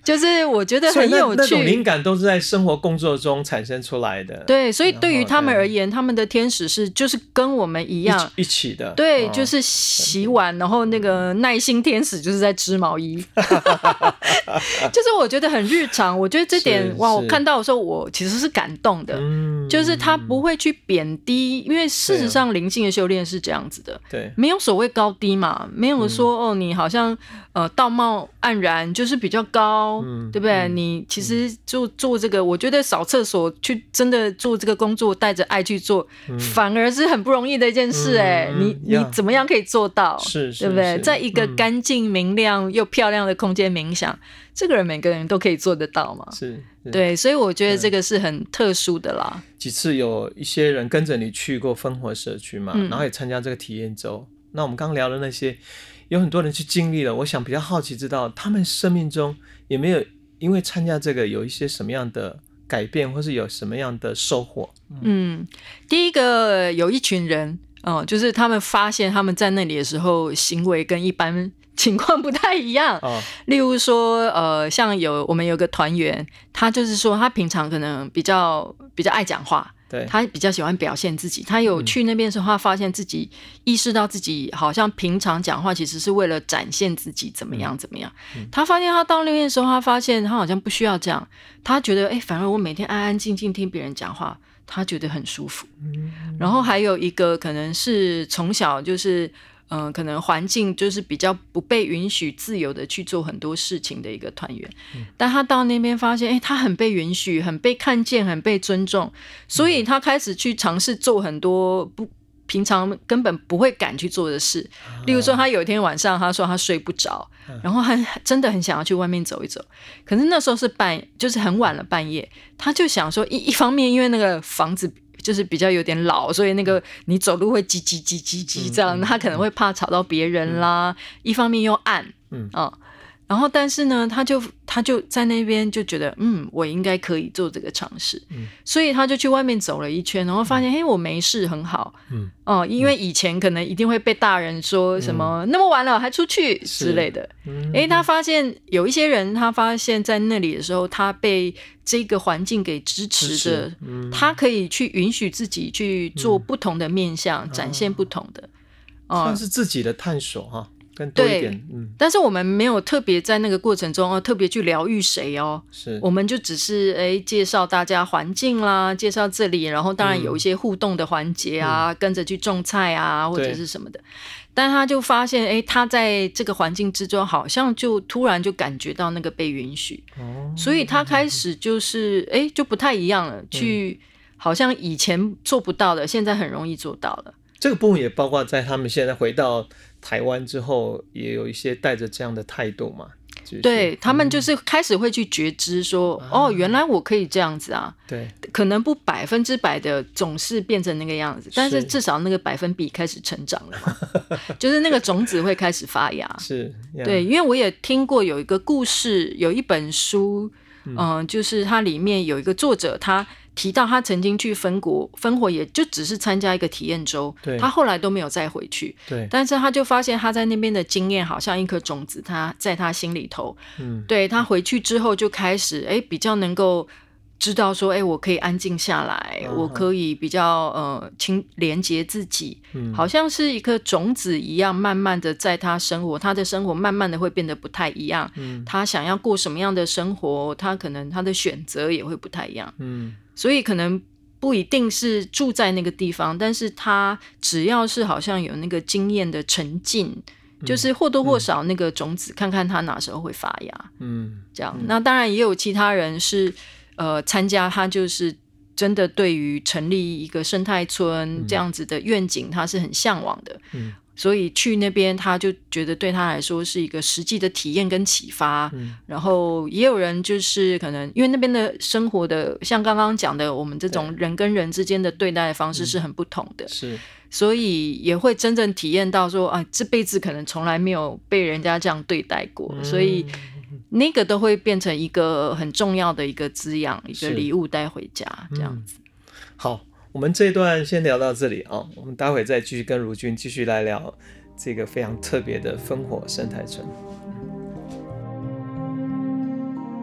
就是我觉得很有趣， 那种灵感都是在生活工作中产生出来的。 对，所以对于他们而言，他们的天使就是跟我们一样一起的。 对，就是洗碗，然后那个耐心天使就是在织毛衣，就是我觉得很日常。我觉得这点哇，我看到的时候我其实是感动的，就是他不会去贬低，因为事实上灵性的修炼是这样子的， 对， 没有所谓高低嘛，没有说你好像道貌岸然就是比较高，对不对？你其实做这个，我觉得扫厕所去真的做这个工作，带着爱去做，反而是很不容易的一件事你怎么样可以做到？ 是， 对不对？在一个干净明亮又漂亮的空间冥想，这个人每个人都可以做得到嘛？ 是， 对，所以我觉得这个是很特殊的啦。 几次有一些人跟着你去过分活社区嘛，然后也参加这个体验周。那我们刚刚聊的那些，有很多人去经历了，我想比较好奇知道他们生命中有没有因为参加这个有一些什么样的改变，或是有什么样的收获？ 第一个有一群人就是他们发现他们在那里的时候行为跟一般情况不太一样，例如说像我们有个团员，他就是说他平常可能比较爱讲话， 对， 他比较喜欢表现自己。他有去那边的时候，他发现自己意识到自己好像平常讲话其实是为了展现自己怎么样怎么样。他发现他到那边的时候，他发现他好像不需要这样，他觉得反而我每天安安静静听别人讲话，他觉得很舒服。然后还有一个可能是从小就是可能环境就是比较不被允许自由的去做很多事情的一个团员，但他到那边发现他很被允许，很被看见，很被尊重，所以他开始去尝试做很多平常根本不会敢去做的事。例如说他有一天晚上他说他睡不着，然后他真的很想要去外面走一走，可是那时候是就是很晚了半夜，他就想说一方面因为那个房子就是比较有点老，所以那个你走路会叽叽叽叽叽这样，他可能会怕吵到别人啦，一方面又暗然后但是呢他就在那边就觉得我应该可以做这个尝试，所以他就去外面走了一圈，然后发现我没事很好，因为以前可能一定会被大人说什么那么晚了还出去之类的，他发现有一些人，他发现在那里的时候他被这个环境给支持着，他可以去允许自己去做不同的面向，展现不同的算是自己的探索更多一点。 但是我们没有特别在那个过程中特别去疗愈谁是我们就只是介绍大家环境啦，介绍这里，然后当然有一些互动的环节跟着去种菜或者是什么的。但他就发现他在这个环境之中好像就突然就感觉到那个被允许，所以他开始就是就不太一样了，去好像以前做不到的现在很容易做到了。 这个部分也包括在他们现在回到台湾之后也有一些带着这样的态度嘛， 对，他们就是开始会去觉知说原来我可以这样子对， 可能不100%的总是变成那个样子，但是至少那个百分比开始成长了嘛就是那个种子会开始发芽是对，因为我也听过有一个故事，有一本书就是它里面有一个作者，他提到他曾经去分活，也就只是参加一个体验周，他后来都没有再回去， 对， 但是他就发现他在那边的经验好像一颗种子，他在他心里头，对，他回去之后就开始比较能够知道说我可以安静下来，我可以比较连接自己，好像是一颗种子一样，慢慢的在他的生活慢慢的会变得不太一样，他想要过什么样的生活，他可能他的选择也会不太一样，所以可能不一定是住在那个地方，但是他只要是好像有那个经验的沉浸，就是或多或少那个种子看看他哪时候会发芽，这样。那当然也有其他人是参加，他就是真的对于成立一个生态村这样子的愿景他是很向往的，所以去那边他就觉得对他来说是一个实际的体验跟启发，然后也有人就是可能因为那边的生活的像刚刚讲的我们这种人跟人之间的对待的方式是很不同的， 是， 所以也会真正体验到说这辈子可能从来没有被人家这样对待过，所以那个都会变成一个很重要的一个滋养，一个礼物带回家这样子。 好，我们这一段先聊到这里我们待会再继续跟如君继续来聊这个非常特别的烽火生态村。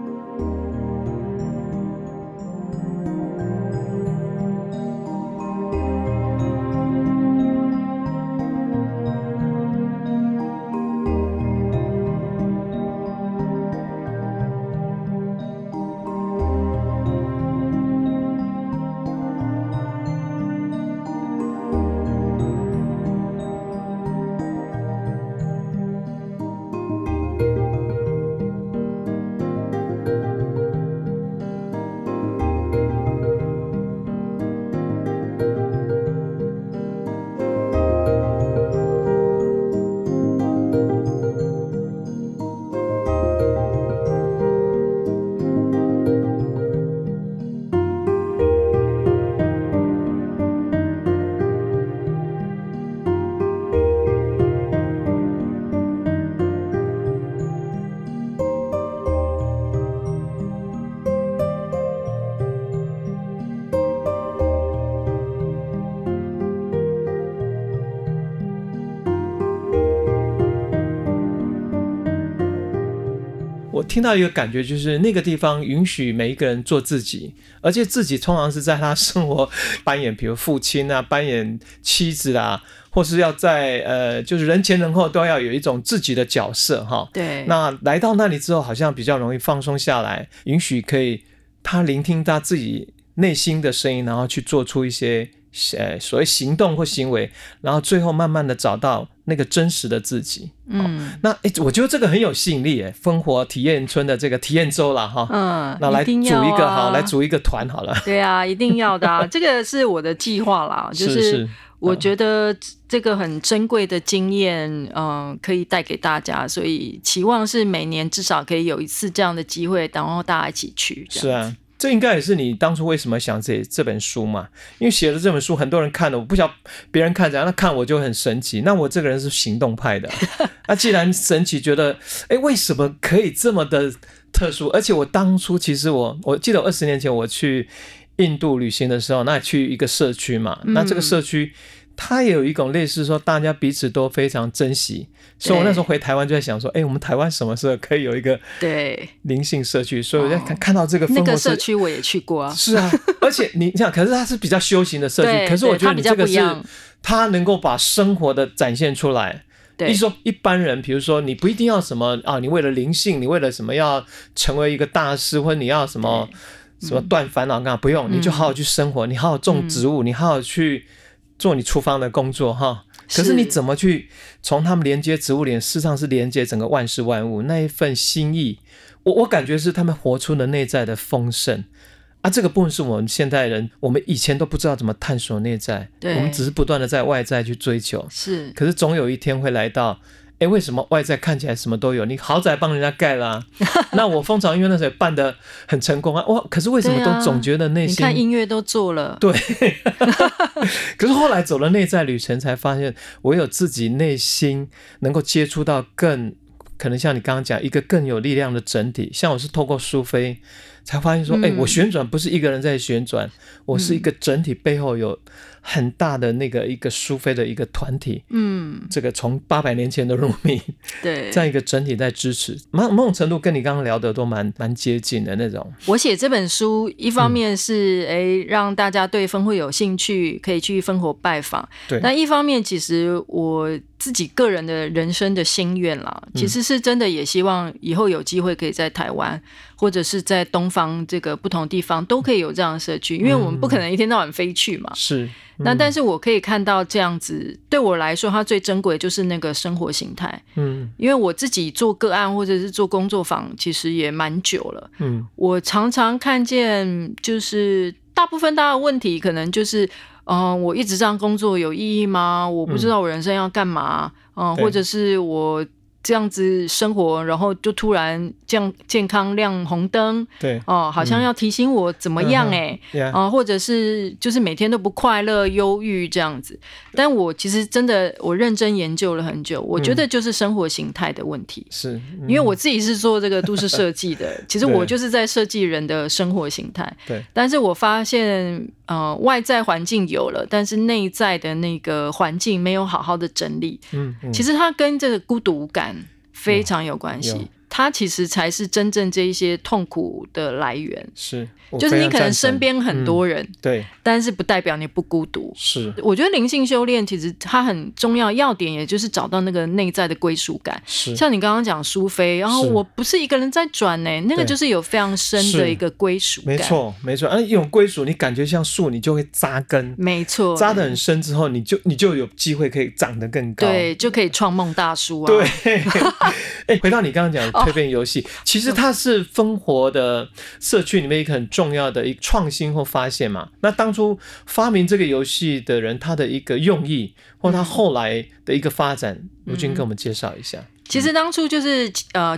听到一个感觉，就是那个地方允许每一个人做自己，而且自己通常是在他生活扮演，比如父亲啊，扮演妻子啊，或是要在就是人前人后都要有一种自己的角色哈。 对， 那来到那里之后，好像比较容易放松下来，允许可以他聆听他自己内心的声音，然后去做出一些所谓行动或行为，然后最后慢慢的找到那个真实的自己。那我觉得这个很有吸引力烽火体验村的这个体验周啦哈。那来组一个好，来组一个团好了。 对啊，一定要的啊。这个是我的计划啦，就是我觉得这个很珍贵的经验可以带给大家，所以期望是每年至少可以有一次这样的机会，然后大家一起去。 是啊，这应该也是你当初为什么想这本书嘛？因为写了这本书，很多人看了，我不晓得别人看怎样，那看我就很神奇。那我这个人是行动派的，那既然神奇，觉得为什么可以这么的特殊？而且我当初其实我记得我20年前我去印度旅行的时候，那去一个社区嘛，那这个社区它也有一种类似说大家彼此都非常珍惜，所以我那时候回台湾就在想说我们台湾什么时候可以有一个灵性社区？所以我在看到这个那个社区我也去过啊。 是啊，而且你想，可是它是比较修行的社区，可是我觉得你这个是它能够把生活的展现出来。意思说一般人比如说你不一定要什么你为了灵性，你为了什么要成为一个大师，或者你要什么断烦恼干嘛，不用，你就好好去生活，你好好种植物，你好好去做你厨房的工作哈。可是你怎么去从他们连接植物事实上是连接整个万事万物那一份心意，我感觉是他们活出了内在的丰盛这个部分是我们现代人，我们以前都不知道怎么探索内在，我们只是不断的在外在去追求，可是总有一天会来到为什么外在看起来什么都有？你豪宅帮人家盖啦那我蜂巢音乐那时候也办得很成功可是为什么都总觉得内心， 你看音乐都做了， 对可是后来走了内在旅程才发现，我有自己内心能够接触到更可能像你刚刚讲一个更有力量的整体，像我是透过苏菲才发现说我旋转不是一个人在旋转，我是一个整体背后有很大的那个一个苏菲的一个团体，这个从800年前的入迷， 对， 这样一个整体在支持，某种程度跟你刚刚聊的都蛮接近的那种。 我写这本书一方面是让大家对分会有兴趣，可以去分火拜访，对，但一方面其实我自己个人的人生的心愿啦，其实是真的也希望以后有机会可以在台湾或者是在东方这个不同地方都可以有这样的社区，因为我们不可能一天到晚飞去嘛， 是。 但是我可以看到这样子，对我来说它最珍贵就是那个生活形态，因为我自己做个案或者是做工作坊其实也蛮久了，我常常看见就是大部分大家的问题可能就是我一直这样工作有意义吗？我不知道我人生要干嘛，或者是我这样子生活，然后就突然健康亮红灯， 对好像要提醒我怎么样或者是就是每天都不快乐、忧郁这样子。但我其实真的我认真研究了很久，我觉得就是生活形态的问题， 是因为我自己是做这个都市设计的，其实我就是在设计人的生活形态。 对， 但是我发现外在环境有了，但是内在的那个环境没有好好的整理，其实它跟这个孤独感非常有关系，它其实才是真正这一些痛苦的来源。 是， 就是你可能身边很多人， 对， 但是不代表你不孤独。 是， 我觉得灵性修炼其实它很重要要点，也就是找到那个内在的归属感。 是， 像你刚刚讲苏菲，然后我不是一个人在转那个就是有非常深的一个归属感。 没错，没错，一种归属，你感觉像树，你就会扎根。 没错， 扎得很深之后，你就有机会可以长得更高。 对，就可以创梦大叔啊。 对，回到你刚刚讲的蜕变游戏，其实它是烽火的社区里面一个很重要的一个创新或发现嘛。那当初发明这个游戏的人，他的一个用意或他后来的一个发展，如君跟我们介绍一下。 其实当初就是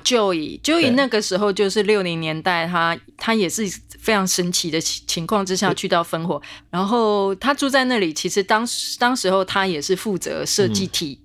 Joey 那个时候就是60年代，他也是非常神奇的情况之下去到烽火，然后他住在那里，其实当时候他也是负责设计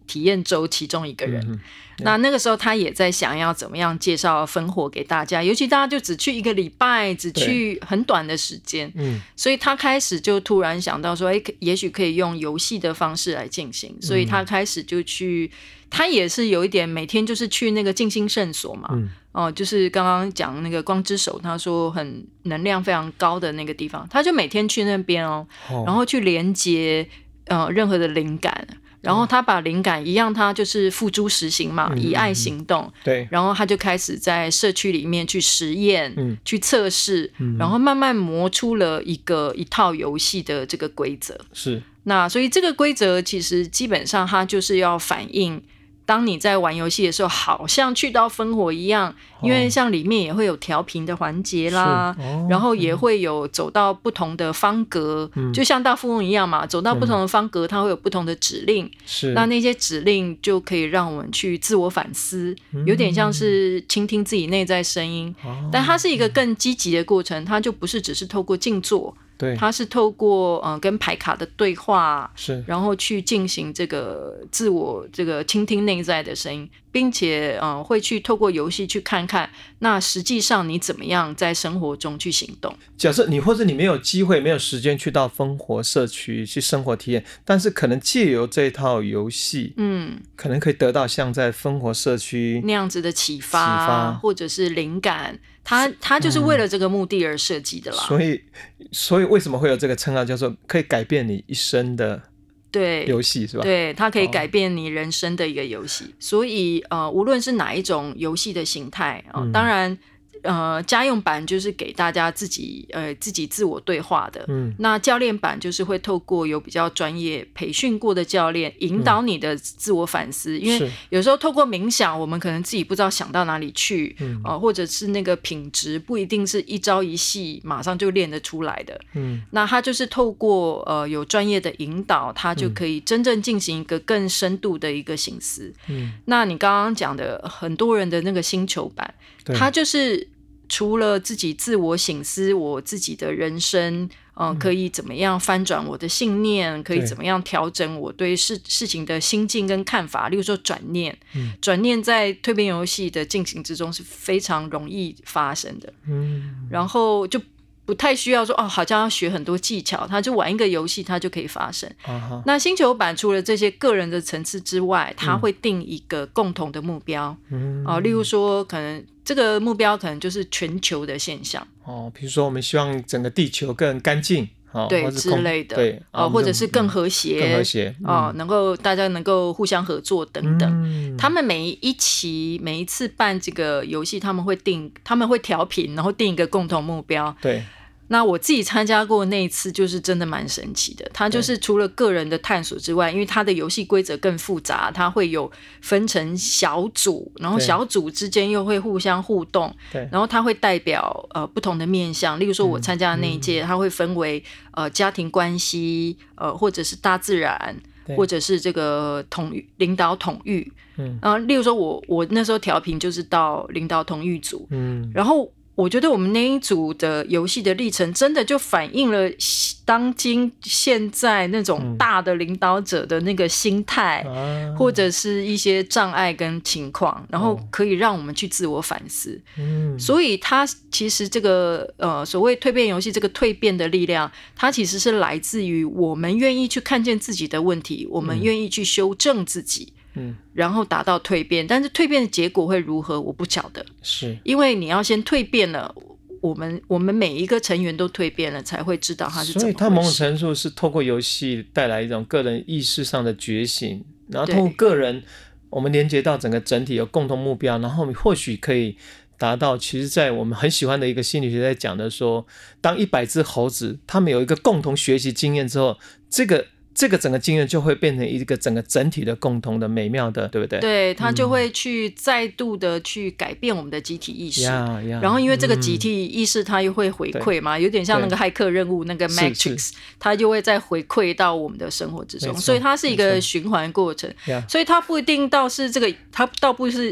体验周其中一个人。那个时候他也在想要怎么样介绍分火给大家，尤其大家就只去1个礼拜，只去很短的时间，所以他开始就突然想到说，也许可以用游戏的方式来进行，所以他开始就去，他也是有一点每天就是去那个静心圣所嘛，就是刚刚讲那个光之手，他说很能量非常高的那个地方，他就每天去那边然后去连接任何的灵感。然后他把灵感一样，他就是付诸实行嘛，以爱行动。 对， 然后他就开始在社区里面去实验，去测试，然后慢慢磨出了一套游戏的这个规则。 是， 那所以这个规则其实基本上它就是要反映，当你在玩游戏的时候，好像去到烽火一样，因为像里面也会有调频的环节啦，然后也会有走到不同的方格，就像大富翁一样嘛，走到不同的方格，它会有不同的指令， 是， 那些指令就可以让我们去自我反思，有点像是倾听自己内在声音，但它是一个更积极的过程，它就不是只是透过静坐。 对， 它是透过跟牌卡的对话， 是， 然后去进行这个自我这个倾听内在的声音，并且会去透过游戏去看看，那实际上你怎么样在生活中去行动。 假设你或者你没有机会没有时间去到烽火社区去生活体验，但是可能借由这套游戏可能可以得到像在烽火社区那样子的启发或者是灵感，它就是为了这个目的而设计的啦。 所以为什么会有这个称号叫做可以改变你一生的游戏，是吧？ 对，它可以改变你人生的一个游戏。所以无论是哪一种游戏的形态当然家用版就是给大家自己自我对话的，那教练版就是会透过有比较专业培训过的教练引导你的自我反思，因为有时候透过冥想我们可能自己不知道想到哪里去，或者是那个品质不一定是一朝一夕马上就练得出来的，那他就是透过有专业的引导，他就可以真正进行一个更深度的一个省思。那你刚刚讲的很多人的那个星球版，他就是除了自己自我省思我自己的人生可以怎么样翻转我的信念，可以怎么样调整我对事情的心境跟看法，例如说转念，转念在蜕变游戏的进行之中是非常容易发生的，然后就不太需要说好像要学很多技巧，他就玩一个游戏他就可以发生。那星球版除了这些个人的层次之外，他会定一个共同的目标，例如说可能这个目标可能就是全球的现象比如说我们希望整个地球更干净对之类的，对或者是更和谐，能够大家能够互相合作等等。他们每一次办这个游戏，他们会调频，然后定一个共同目标。对。那我自己参加过那一次，就是真的蛮神奇的。它就是除了个人的探索之外，因为它的游戏规则更复杂，它会有分成小组，然后小组之间又会互相互动，然后它会代表不同的面向。例如说我参加的那一届，它会分为家庭关系，或者是大自然，或者是这个领导统御。例如说我那时候调频就是到领导统御组，然后我觉得我们那一组的游戏的历程真的就反映了当今现在那种大的领导者的那个心态，或者是一些障碍跟情况，然后可以让我们去自我反思。所以它其实这个所谓蜕变游戏这个蜕变的力量，它其实是来自于我们愿意去看见自己的问题，我们愿意去修正自己，然后达到蜕变。但是蜕变的结果会如何我不晓得，是因为你要先蜕变了，我们每一个成员都蜕变了，才会知道它是怎么回事。所以它某种程度是透过游戏带来一种个人意识上的觉醒，然后透过个人我们连接到整个整体有共同目标，然后我们或许可以达到，其实在我们很喜欢的一个心理学在讲的说，当100只猴子他们有一个共同学习经验之后，这个整个经验就会变成一个整个整体的共同的美妙的，对不对？ 对，它就会去再度的去改变我们的集体意识，然后因为这个集体意识它又会回馈嘛，有点像那个骇客任务那个 Matrix， 它就会再回馈到我们的生活之中，所以它是一个循环过程。所以它不一定到是这个，它倒不是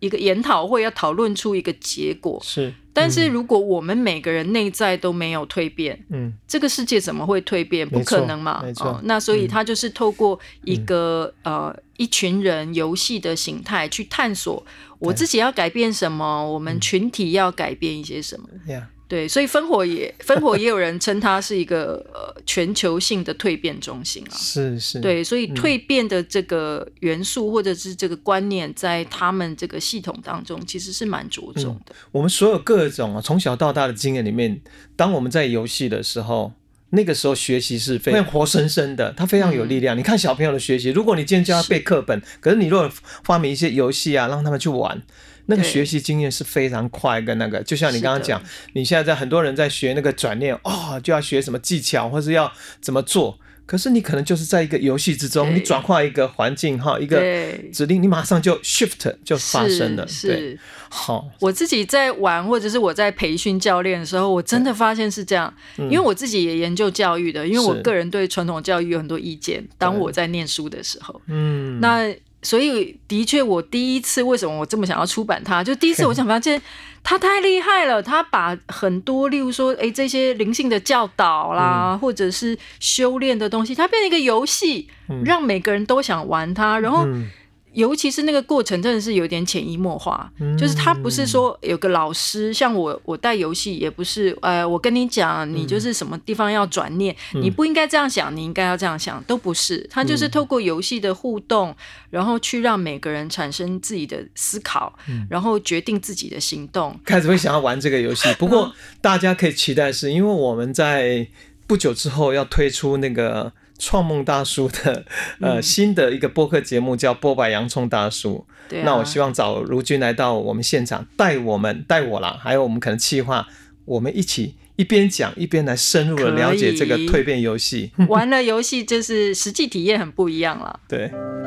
一个研讨会要讨论出一个结果， 是。 但是如果我们每个人内在都没有蜕变，这个世界怎么会蜕变？不可能嘛。 没错。 那所以他就是透过一个一群人游戏的形态去探索我自己要改变什么，我们群体要改变一些什么。对，所以烽火也有人称它是一个全球性的蜕变中心啊。 是。 对，所以蜕变的这个元素或者是这个观念，在他们这个系统当中其实是蛮着重的。 我们所有各种从小到大的经验里面，当我们在游戏的时候，那个时候学习是非常活生生的，它非常有力量。你看小朋友的学习，如果你今天教他背课本，可是你如果发明一些游戏啊，让他们去玩，那个学习经验是非常快。跟那个就像你刚刚讲，你现在很多人在学那个转念，就要学什么技巧或是要怎么做，可是你可能就是在一个游戏之中，你转化一个环境一个指令，你马上就 shift 就发生了。对，好， 我自己在玩或者是我在培训教练的时候，我真的发现是这样。因为我自己也研究教育的，因为我个人对传统教育有很多意见，当我在念书的时候。那所以的确我第一次为什么我这么想要出版它，就第一次我想发现他太厉害了，他把很多例如说这些灵性的教导啦，或者是修炼的东西，它变成一个游戏，让每个人都想玩它。然后尤其是那个过程真的是有点潜移默化，就是他不是说有个老师，像我带游戏也不是我跟你讲你就是什么地方要转念，你不应该这样想，你应该要这样想，都不是。他就是透过游戏的互动，然后去让每个人产生自己的思考，然后决定自己的行动， 开始会想要玩这个游戏。不过大家可以期待是，因为我们在不久之后要推出那个创梦大叔的新的一个播客节目，叫波柏洋葱大叔。那我希望找如君来到我们现场，带我啦，还有我们可能企划，我们一起一边讲一边来深入的了解这个蜕变游戏。 玩了游戏就是实际体验很不一样了。 对。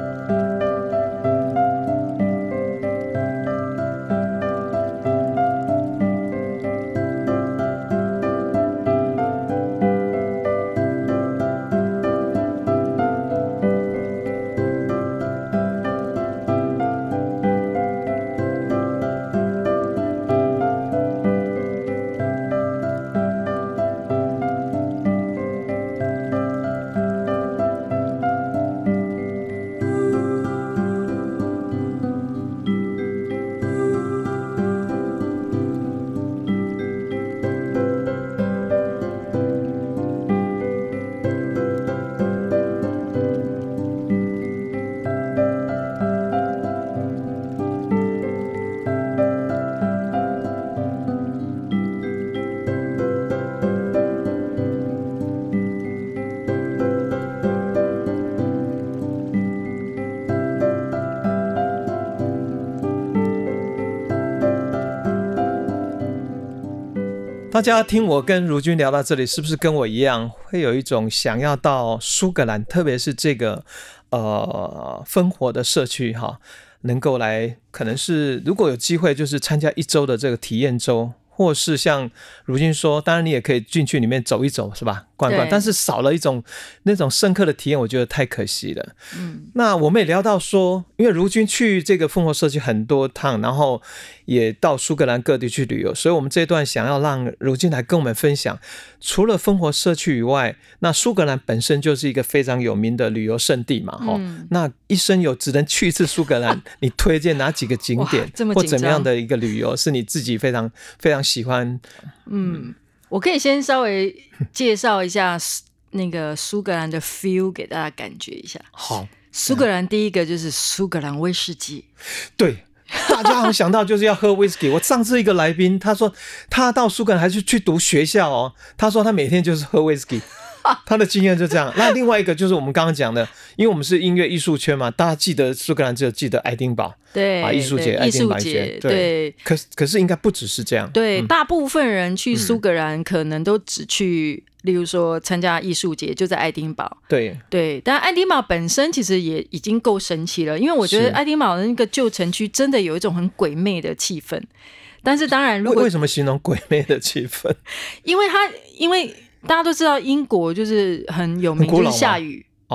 大家听我跟如君聊到这里，是不是跟我一样会有一种想要到苏格兰，特别是这个烽火的社区能够来，可能是如果有机会就是参加1周的这个体验周，或是像如君说，当然你也可以进去里面走一走，是吧？逛逛，但是少了一种那种深刻的体验，我觉得太可惜了。那我们也聊到说，因为如君去这个烽火社区很多趟，然后也到苏格兰各地去旅游，所以我们这一段想要让如君来跟我们分享，除了烽火社区以外，那苏格兰本身就是一个非常有名的旅游胜地嘛。那一生有只能去一次苏格兰，你推荐哪几个景点或怎么样的一个旅游是你自己非常非常喜欢？ 我可以先稍微介绍一下那个苏格兰的 feel 给大家感觉一下。 好， 苏格兰第一个就是苏格兰威士忌。 对，大家好像想到就是要喝威士忌。我上次一个来宾他说他到苏格兰还是去读学校他说他每天就是喝威士忌。他的经验就这样。那另外一个就是我们刚刚讲的，因为我们是音乐艺术圈嘛，大家记得苏格兰只有记得爱丁堡， 对艺术节、爱丁堡节，对。可是应该不只是这样。 对，大部分人去苏格兰可能都只去，例如说参加艺术节，就在爱丁堡。 对， 但爱丁堡本身其实也已经够神奇了，因为我觉得爱丁堡的那个旧城区真的有一种很鬼魅的气氛。但是当然，如果为什么形容鬼魅的气氛？ 因为大家都知道英国就是很有名，就是下雨。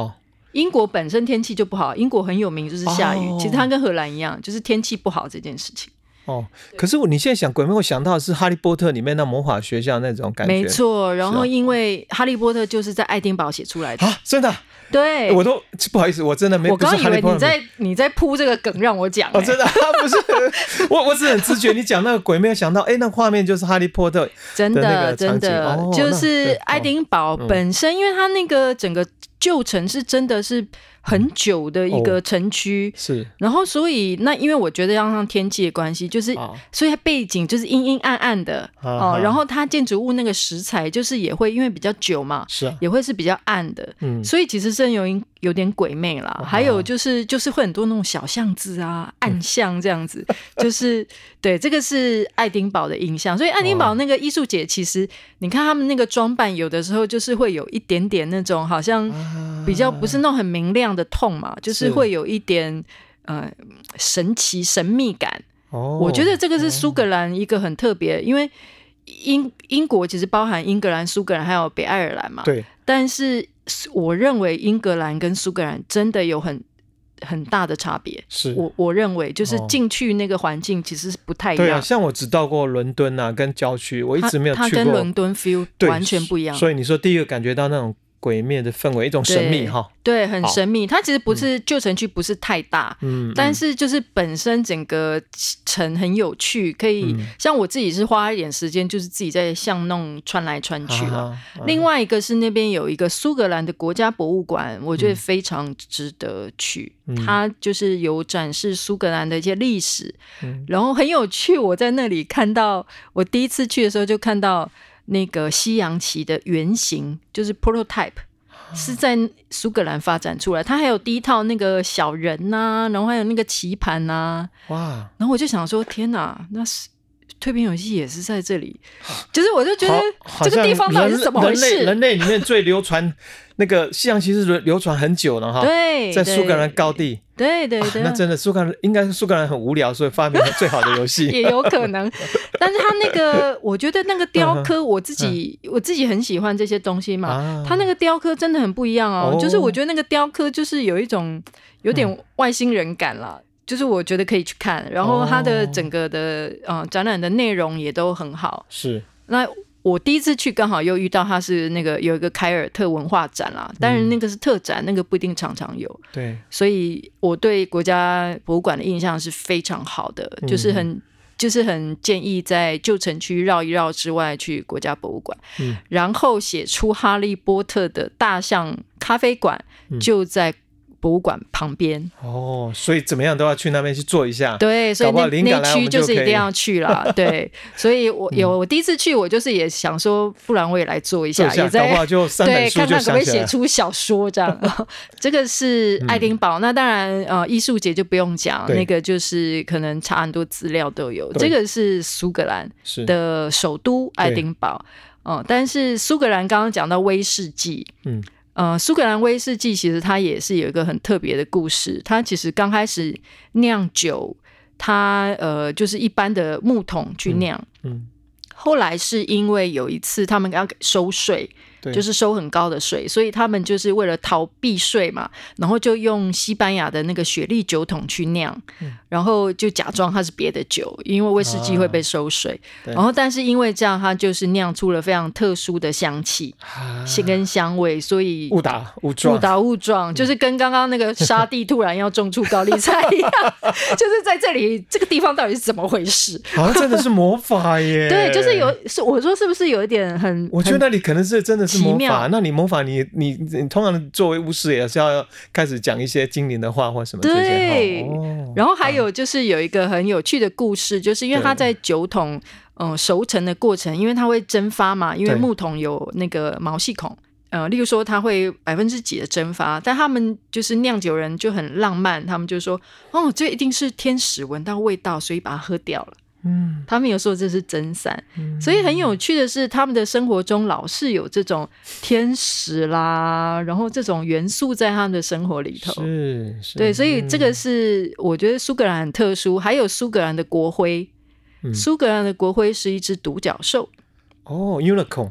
英国本身天气就不好，英国很有名就是下雨，其实它跟荷兰一样，就是天气不好这件事情。 可是你现在想鬼魅，我想到的是哈利波特里面那魔法学校那种感觉。 没错，然后因为哈利波特就是在爱丁堡写出来的真的。 对， 我都不好意思，我真的没。 我刚以为你在铺这个梗让我讲。 真的不是，我只很直觉，你讲那个鬼没有想到，那画面就是哈利波特的那个场景， 真的就是爱丁堡本身，因为它那个整个旧城是真的是很久的一个城区， 是。 然后所以那因为我觉得加上天气的关系，就是所以它背景就是阴阴暗暗的然后它建筑物那个石材就是也会因为比较久嘛， 是也会是比较暗的，所以其实是有点鬼魅啦。还有就是会很多那种小巷子啊、暗巷这样子，就是对，这个是爱丁堡的印象。所以爱丁堡那个艺术节，其实你看他们那个装扮，有的时候就是会有一点点那种好像比较不是那种很明亮的痛嘛，就是会有一点神奇神秘感。我觉得这个是苏格兰一个很特别，因为英国其实包含英格兰、苏格兰还有北爱尔兰嘛， 对。 但是我认为英格兰跟苏格兰真的有很大的差别， 是我认为就是进去那个环境其实是不太一样。 对啊，像我只到过伦敦啊跟郊区，我一直没有去过。 它跟伦敦 feel 完全不一样。 所以你说第一个感觉到那种鬼灭的氛围，一种神秘对，很神秘。它其实不是旧城区，不是太大，但是就是本身整个城很有趣，可以像我自己是花一点时间，就是自己在巷弄穿来穿去了。另外一个是那边有一个苏格兰的国家博物馆，我觉得非常值得去。它就是有展示苏格兰的一些历史，然后很有趣。我在那里看到，我第一次去的时候就看到那个西洋棋的原型，就是 prototype， 是在苏格兰发展出来。它还有第一套那个小人啊，然后还有那个棋盘啊，哇！然后我就想说，天哪，那是蜕变游戏也是在这里，就是我就觉得这个地方到底是怎么回事？ 人类里面最流传那个西洋棋是流传很久了哈， 对， 在苏格兰高地。 对， 那真的应该是苏格兰很无聊，所以发明了最好的游戏也有可能。但是他那个我觉得那个雕刻我自己很喜欢这些东西嘛，他那个雕刻真的很不一样哦，就是我觉得那个雕刻就是有一种有点外星人感啦，就是我觉得可以去看，然后它的整个的展览的内容也都很好。 是， 那我第一次去刚好又遇到它是那个有一个凯尔特文化展啦，当然那个是特展，那个不一定常常有。 对， 所以我对国家博物馆的印象是非常好的，就是很建议在旧城区绕一绕之外去国家博物馆，然后写出哈利波特的大象咖啡馆就在博物馆旁边所以怎么样都要去那边去做一下。 对，所以那区就是一定要去了。对，所以我第一次去，我就是也想说，不然我也来做一下，也在搞不好就3本书就想起来了，对，看看可不可以写出小说这样。这个是爱丁堡，那当然艺术节就不用讲，那个就是可能查很多资料都有。这个是苏格兰的首都爱丁堡，但是苏格兰刚刚讲到威士忌，苏格兰威士忌其实它也是有一个很特别的故事。它其实刚开始酿酒，它就是一般的木桶去酿，后来是因为有一次他们要收税，就是收很高的税，所以他们就是为了逃避税嘛，然后就用西班牙的那个雪莉酒桶去酿，然后就假装它是别的酒，因为威士忌会被收税，然后但是因为这样它就是酿出了非常特殊的香气跟香味，所以误打误撞，就是跟刚刚那个沙地突然要种出高丽菜一样就是在这里这个地方到底是怎么回事， 好像真的是魔法耶对，就是我说是不是有一点我觉得那里可能是真的是魔法。那你魔法你通常作为巫师也是要开始讲一些精灵的话或什么这些。 对，然后还有就是有一个很有趣的故事，就是因为它在酒桶熟成的过程，因为它会蒸发嘛，因为木桶有那个毛细孔，例如说它会几%的蒸发，但他们就是酿酒人就很浪漫，他们就说这一定是天使闻到味道，所以把它喝掉了。他们有说这是真散，所以很有趣的是他们的生活中老是有这种天使啦，然后这种元素在他们的生活里头。 是对，所以这个是我觉得苏格兰很特殊。还有苏格兰的国徽，苏格兰的国徽是一只独角兽。 unicorn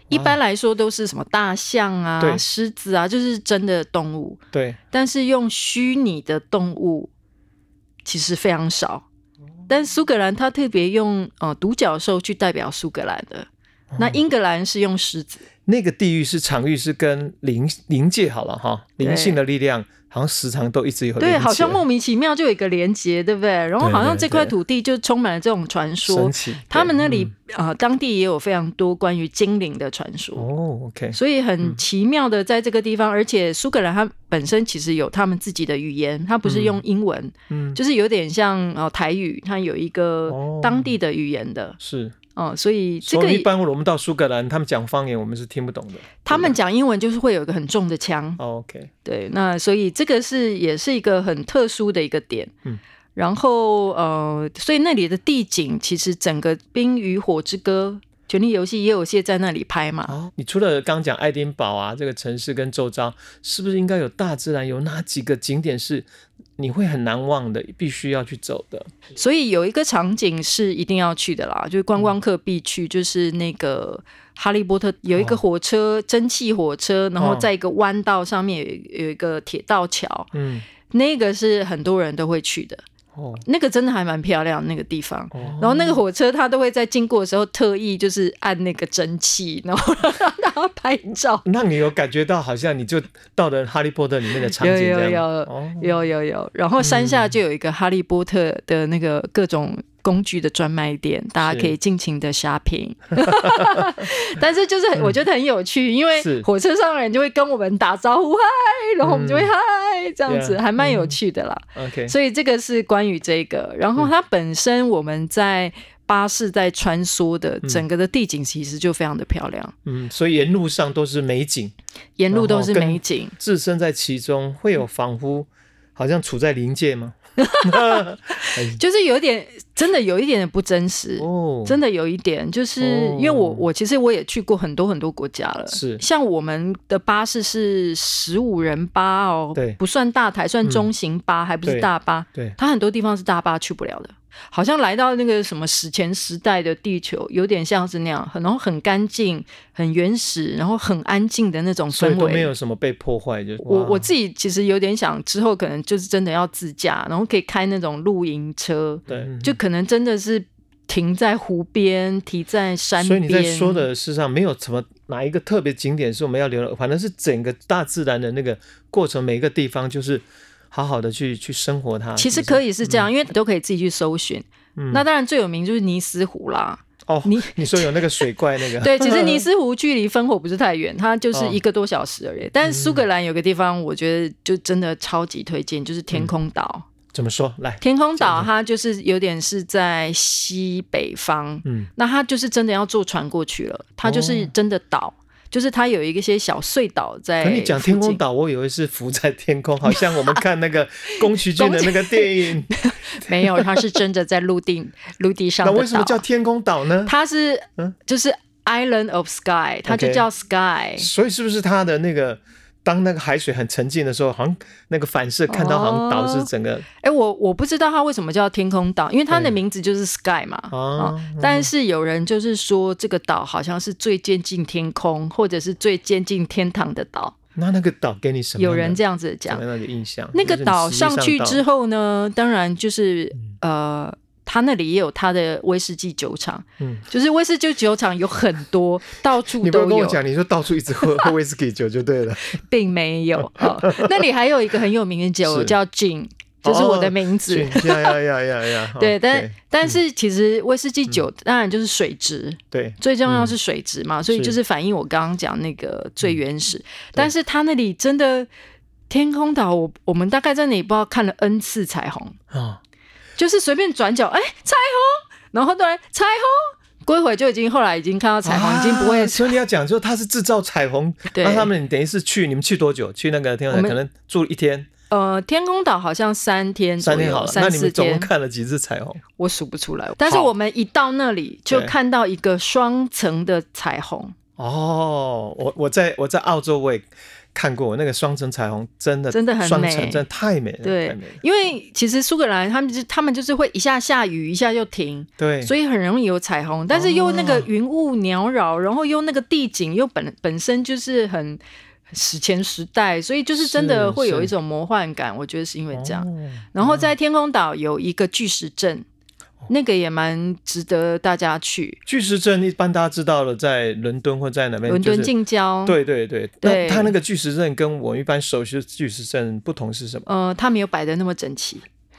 一般来说都是什么大象啊、狮子啊，就是真的动物。 对， 但是用虚拟的动物其实非常少。但苏格兰它特别用独角兽去代表苏格兰的，那英格兰是用狮子。 那个地域是场域是跟灵界好了哈，灵性的力量好像时常都一直有连结， 对，好像莫名其妙就有一个连结，对不对？然后好像这块土地就充满了这种传说，他们那里当地也有非常多关于精灵的传说。 OK， 所以很奇妙的在这个地方，而且苏格兰它本身其实有他们自己的语言，它不是用英文，就是有点像台语，它有一个当地的语言的， 是。 所以这个一般我们到苏格兰，他们讲方言，我们是听不懂的。 他们讲英文就是会有一个很重的腔。 OK， 对，那所以这个也是一个很特殊的一个点。然后所以那里的地景其实整个《冰与火之歌》权力游戏也有些在那里拍嘛。 你除了刚讲爱丁堡啊这个城市跟周遭，是不是应该有大自然有哪几个景点是你会很难忘的，必须要去走的？ 所以有一个场景是一定要去的啦，就是观光客必去，就是那个哈利波特有一个火车，蒸汽火车，然后在一个弯道上面有一个铁道桥，那个是很多人都会去的。那个真的还蛮漂亮那个地方，然后那个火车它都会在经过的时候特意就是按那个蒸汽，然后让大家拍照。 那你有感觉到好像你就到了哈利波特里面的场景这样？ 有，然后山下就有一个哈利波特的那个各种工具的专卖店，大家可以尽情的 shopping 但是就是我觉得很有趣，因为火车上的人就会跟我们打招呼嗨，然后我们就会嗨这样子，还蛮有趣的啦。所以这个是关于这个，然后它本身我们在巴士在穿梭的整个的地景其实就非常的漂亮。 所以沿路上都是美景， 沿路都是美景， 置身在其中会有仿佛好像处在灵界吗？ 就是有点真的有一点不真实，真的有一点，就是因为我其实我也去过很多很多国家了， 是像我们的巴士是15人巴哦，对，不算大台，算中型巴，还不是大巴，对，它很多地方是大巴去不了的。好像来到那个什么史前时代的地球，有点像是那样，然后很干净、很原始，然后很安静的那种氛围， 所以都没有什么被破坏。 我自己其实有点想，之后可能就是真的要自驾，然后可以开那种露营车，对，就可能真的是停在湖边，停在山边。 所以你在说的事实上没有什么哪一个特别景点是我们要留的，反正是整个大自然的那个过程，每一个地方就是好好的去生活它。 其实可以是这样，因为你都可以自己去搜寻。那当然最有名就是尼斯湖啦。 你说有那个水怪那个对，其实尼斯湖距离烽火不是太远，它就是1个多小时而已。但是苏格兰有个地方我觉得就真的超级推荐，就是天空岛。 怎么说？来， 天空岛它就是有点是在西北方，那它就是真的要坐船过去了，它就是真的岛，就是它有一些小隧道在。 跟你讲天空岛，我以为是浮在天空，好像我们看那个宫崎骏的那个电影。 没有，它是真的在陆地上的岛。 那为什么叫天空岛呢？ 它是就是 Island of Sky， 它就叫 Sky。 所以是不是它的那个？当那个海水很沉静的时候，好像那个反射看到好像岛是整个我不知道它为什么叫天空岛，因为它的名字就是 Sky 嘛，但是有人就是说这个岛好像是最接近天空或者是最接近天堂的岛。 那个岛给你什么？ 有人这样子讲， 什么样的印象？ 那个岛上去之后呢，当然就是他那里也有他的威士忌酒厂，就是威士忌酒厂有很多，到处都有。 你不要跟我讲，你说到处一直喝威士忌酒就对了， 并没有。那里还有一个很有名的酒叫 Gin， 就是我的名字。对，但是其实威士忌酒当然就是水质，对，最重要是水质嘛，所以就是反映我刚刚讲那个最原始。但是他那里真的天空岛，我们大概在那里不知道看了 N 次彩虹就是随便转角，彩虹，然后突然彩虹，过一会就后来已经看到彩虹，已经不会。 所以你要讲，就它是制造彩虹。那他们等于是你们去多久？去那个天空岛可能住1天。 天空岛好像3天左右，3-4天。 好了，那你们总共看了几次彩虹？ 我数不出来，但是我们一到那里就看到一个双层的彩虹。 我在澳洲我也看过那个双层彩虹，真的很美， 双层真的太美了。 对， 太美了。 因为其实苏格兰他们就是会一下下雨一下又停， 对， 所以很容易有彩虹，但是又那个云雾缭绕，然后又那个地景又本身就是很史前时代，所以就是真的会有一种魔幻感，我觉得是因为这样。然后在天空岛有一个巨石阵，那个也蛮值得大家去。 巨石阵一般大家知道了，在伦敦或在哪边？ 伦敦近郊。 对对对。那它那个巨石阵跟我一般熟悉的巨石阵不同是什么？ 它没有摆得那么整齐。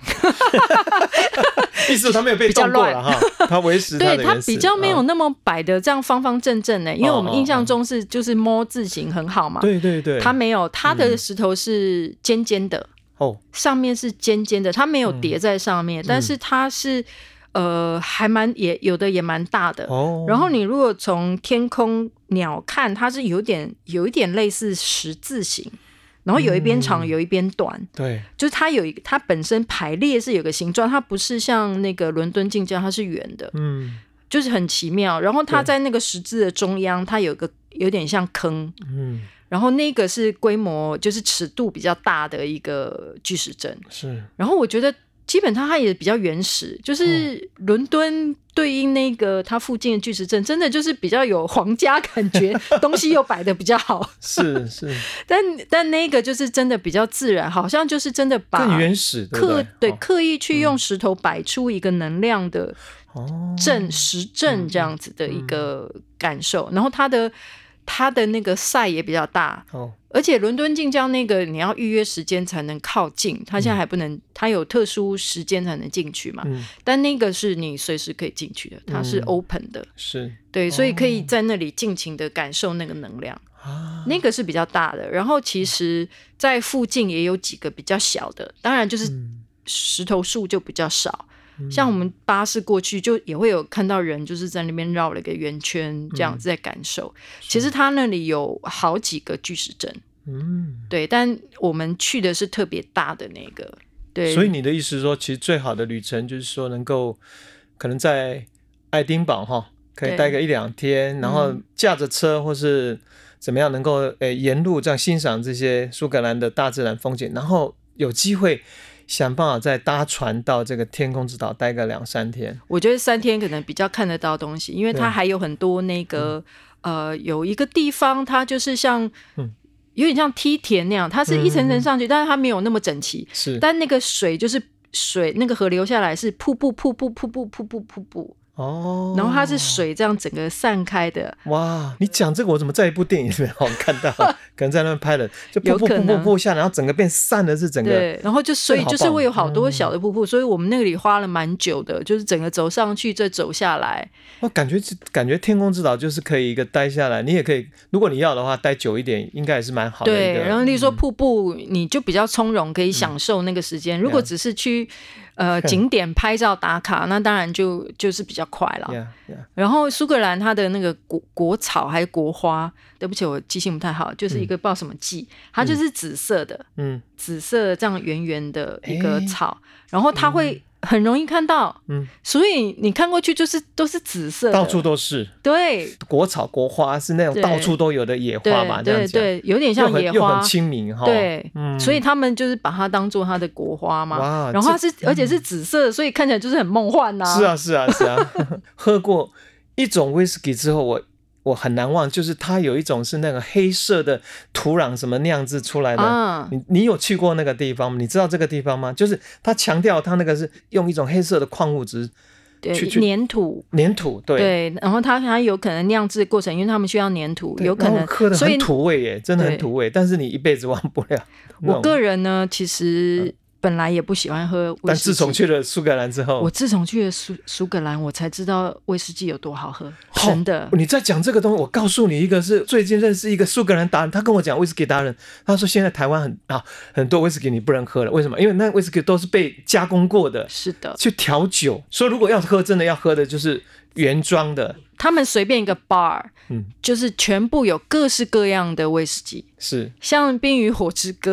意思它没有被动过了哈，它维持它的原始。 对，它比较没有那么摆的这样方方正正的，因为我们印象中是就是摸字形很好嘛。对对对。它没有，它的石头是尖尖的。上面是尖尖的，它没有叠在上面，但是它是还也有的也蛮大的。然后你如果从天空鸟看，它是有一点类似十字形，然后有一边长有一边短。对，就是它本身排列是有个形状，它不是像那个伦敦近郊它是圆的。就是很奇妙。然后它在那个十字的中央，它有点像坑。然后那个是规模就是尺度比较大的一个巨石阵。是。然后我觉得基本上它也比较原始，就是伦敦对应那个它附近的巨石阵，真的就是比较有皇家感觉，东西又摆得比较好。是。但那个就是真的比较自然，好像就是真的把更原始， 刻意去用石头摆出一个能量的石阵这样子的一个感受。然后它的那个赛也比较大。而且伦敦近郊那个你要预约时间才能靠近，它现在还不能，它有特殊时间才能进去嘛。但那个是你随时可以进去的，它是 open 的。是。对，所以可以在那里尽情的感受那个能量。那个是比较大的。然后其实在附近也有几个比较小的，当然就是石头树就比较少。像我们巴士过去就也会有看到人就是在那边绕了一个圆圈这样子在感受。其实他那里有好几个巨石阵。对，但我们去的是特别大的那个。对， 所以你的意思是说，其实最好的旅程就是说能够可能在爱丁堡可以待个1-2天，然后驾着车或是怎么样能够沿路这样欣赏这些苏格兰的大自然风景，然后有机会想办法再搭船到这个天空之岛待个2-3天。 我觉得3天可能比较看得到东西，因为它还有很多那个有一个地方它就是像有点像梯田那样，它是一层层上去，但是它没有那么整齐。是，但那个水就是水，那个河流下来是瀑布瀑布瀑布瀑布瀑布。然后它是水这样整个散开的。 哇，你讲这个我怎么在一部电影里面好像看到可能在那边拍的，就瀑布瀑布瀑下，然后整个变散的是整个。 对，然后所以就是会有好多小的瀑布，所以我们那里花了蛮久的，就是整个走上去再走下来。 我感觉天空之岛就是可以一个待下来，你也可以，如果你要的话待久一点，应该也是蛮好的一个。 对，然后例如说瀑布，你就比较从容，可以享受那个时间。如果只是去景点拍照打卡，那当然就是比较快了。然后苏格兰它的那个国草还是国花，对不起我记性不太好，就是一个不知道什么蓟，它就是紫色的。紫色这样圆圆的一个草，然后它会很容易看到。所以你看过去就是都是紫色的， 到处都是。对，国草国花是那种到处都有的野花吧，这样讲。 对，有点像野花， 又很亲民。 对，所以他们就是把它当做它的国花嘛。然后它而且是紫色，所以看起来就是很梦幻啊。 是啊喝过一种威士忌之后，我很难忘，就是它有一种是那个黑色的土壤什么酿制出来的。你有去过那个地方吗？你知道这个地方吗？就是他强调他那个是用一种黑色的矿物质。 对，粘土。对，然后它有可能酿制的过程，因为他们需要粘土，有可能喝的很土味耶，真的很土味，但是你一辈子忘不了。 我个人呢，其实本来也不喜欢喝威士忌， 但自从去了苏格兰之后， 我自从去了苏格兰，我才知道威士忌有多好喝。真的， 你在讲这个东西，我告诉你一个是最近认识一个苏格兰达人，他跟我讲威士忌达人，他说现在台湾很多威士忌你不能喝了，为什么？因为那威士忌都是被加工过的， 是的， 去调酒，所以如果要喝，真的要喝的就是原装的。 他们随便一个 bar，就是全部有各式各样的威士忌，是像冰与火之歌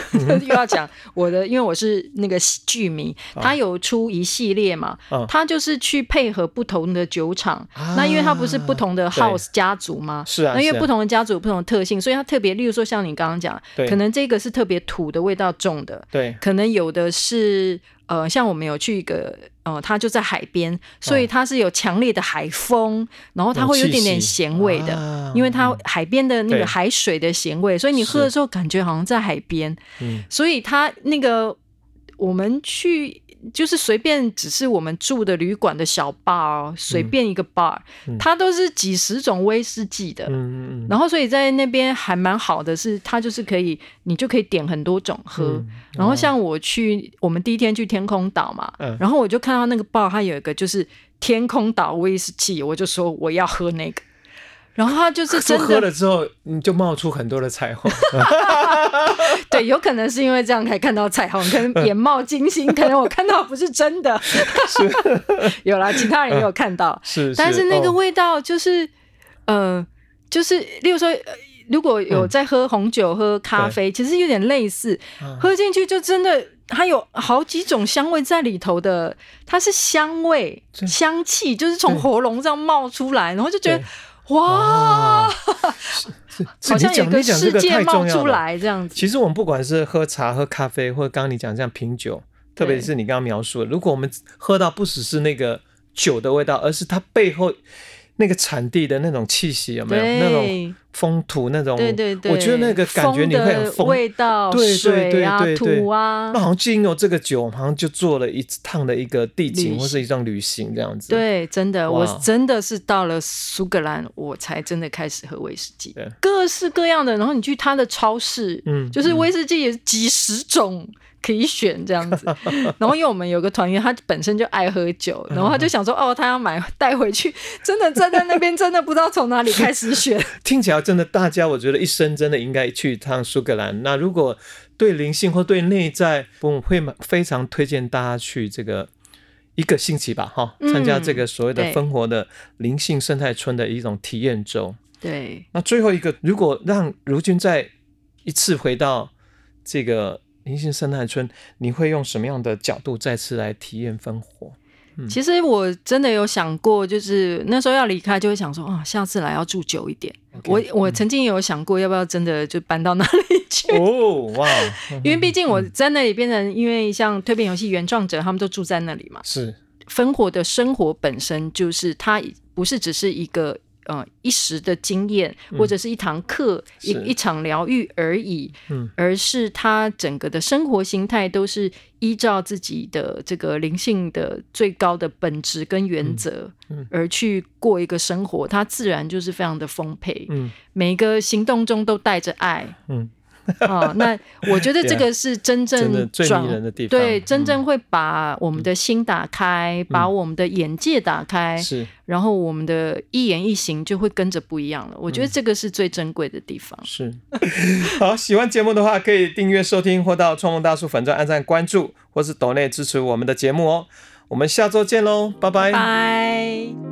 又要讲我的，因为我是那个剧迷，他有出一系列嘛，他就是去配合不同的酒厂，那因为他不是不同的 house 家族吗？ 是啊， 那因为不同的家族有不同的特性，所以他特别，例如说像你刚刚讲，可能这个是特别土的味道重的， 对， 可能有的是像我们有去一个它就在海边，所以它是有强烈的海风，然后它会有点点咸味的，因为它海边的那个海水的咸味，所以你喝的时候感觉好像在海边，所以它那个我们去就是随便只是我们住的旅馆的小 bar，随便一个 bar，它都是几十种威士忌的，然后所以在那边还蛮好的是，它就是可以你就可以点很多种喝，然后像我们第一天去天空岛嘛，然后我就看到那个 bar 它有一个就是天空岛威士忌，我就说我要喝那个。然后他就是真的喝了之后，你就冒出很多的彩虹。 对，有可能是因为这样才看到彩虹，可能眼冒金星，可能我看到不是真的。有啦，其他人也有看到。 是， 但是那个味道就是，就是例如说，如果有在喝红酒、喝咖啡，其实有点类似，喝进去就真的。它有好几种香味在里头的，它是香味、香气，就是从喉咙这样冒出来，然后就觉得。哇，好像有个世界冒出来这样子。 其实我们不管是喝茶、喝咖啡，或者刚刚你讲这样品酒，特别是你刚刚描述的，如果我们喝到不只是那个酒的味道，而是它背后那个产地的那种气息，有没有那种风土那种？对，我觉得那个感觉你会很风的味道，水啊、土啊， 那好像就因为这个酒，好像就做了一趟的一个地景或是一段旅行这样子。 对，真的，我真的是到了苏格兰，我才真的开始喝威士忌，各式各样的。然后你去它的超市，就是威士忌也是几十种。可以选这样子，然后因为我们有个团员，他本身就爱喝酒，然后他就想说，他要买带回去，真的站在那边，真的不知道从哪里开始选。 听起来真的，大家我觉得一生真的应该去一趟苏格兰。那如果对灵性或对内在，我会非常推荐大家去这个一个星期吧，参加这个所谓的烽火的灵性生态村的一种体验周。 对， 那最后一个，如果让如君再一次回到这个灵性生态村，你会用什么样的角度再次来体验烽火？ 其实我真的有想过，就是那时候要离开，就会想说，下次来要住久一点。我曾经有想过，要不要真的就搬到那里去？ 哇！ 因为毕竟我在那里变成，因为像蜕变游戏原创者，他们都住在那里嘛。 是烽火的生活本身就是它不是只是一个。一时的经验，或者是一堂课、一场疗愈而已，而是他整个的生活形态都是依照自己的这个灵性的最高的本质跟原则，而去过一个生活，它自然就是非常的丰沛，每一个行动中都带着爱，那我觉得这个是真正最迷人的地方， 对，真正会把我们的心打开，把我们的眼界打开， 是， 然后我们的一言一行就会跟着不一样了。我觉得这个是最珍贵的地方。 是，好，喜欢节目的话，可以订阅收听，或到创梦大叔粉专按赞关注，或是抖内支持我们的节目哦。我们下周见喽，拜拜。 拜。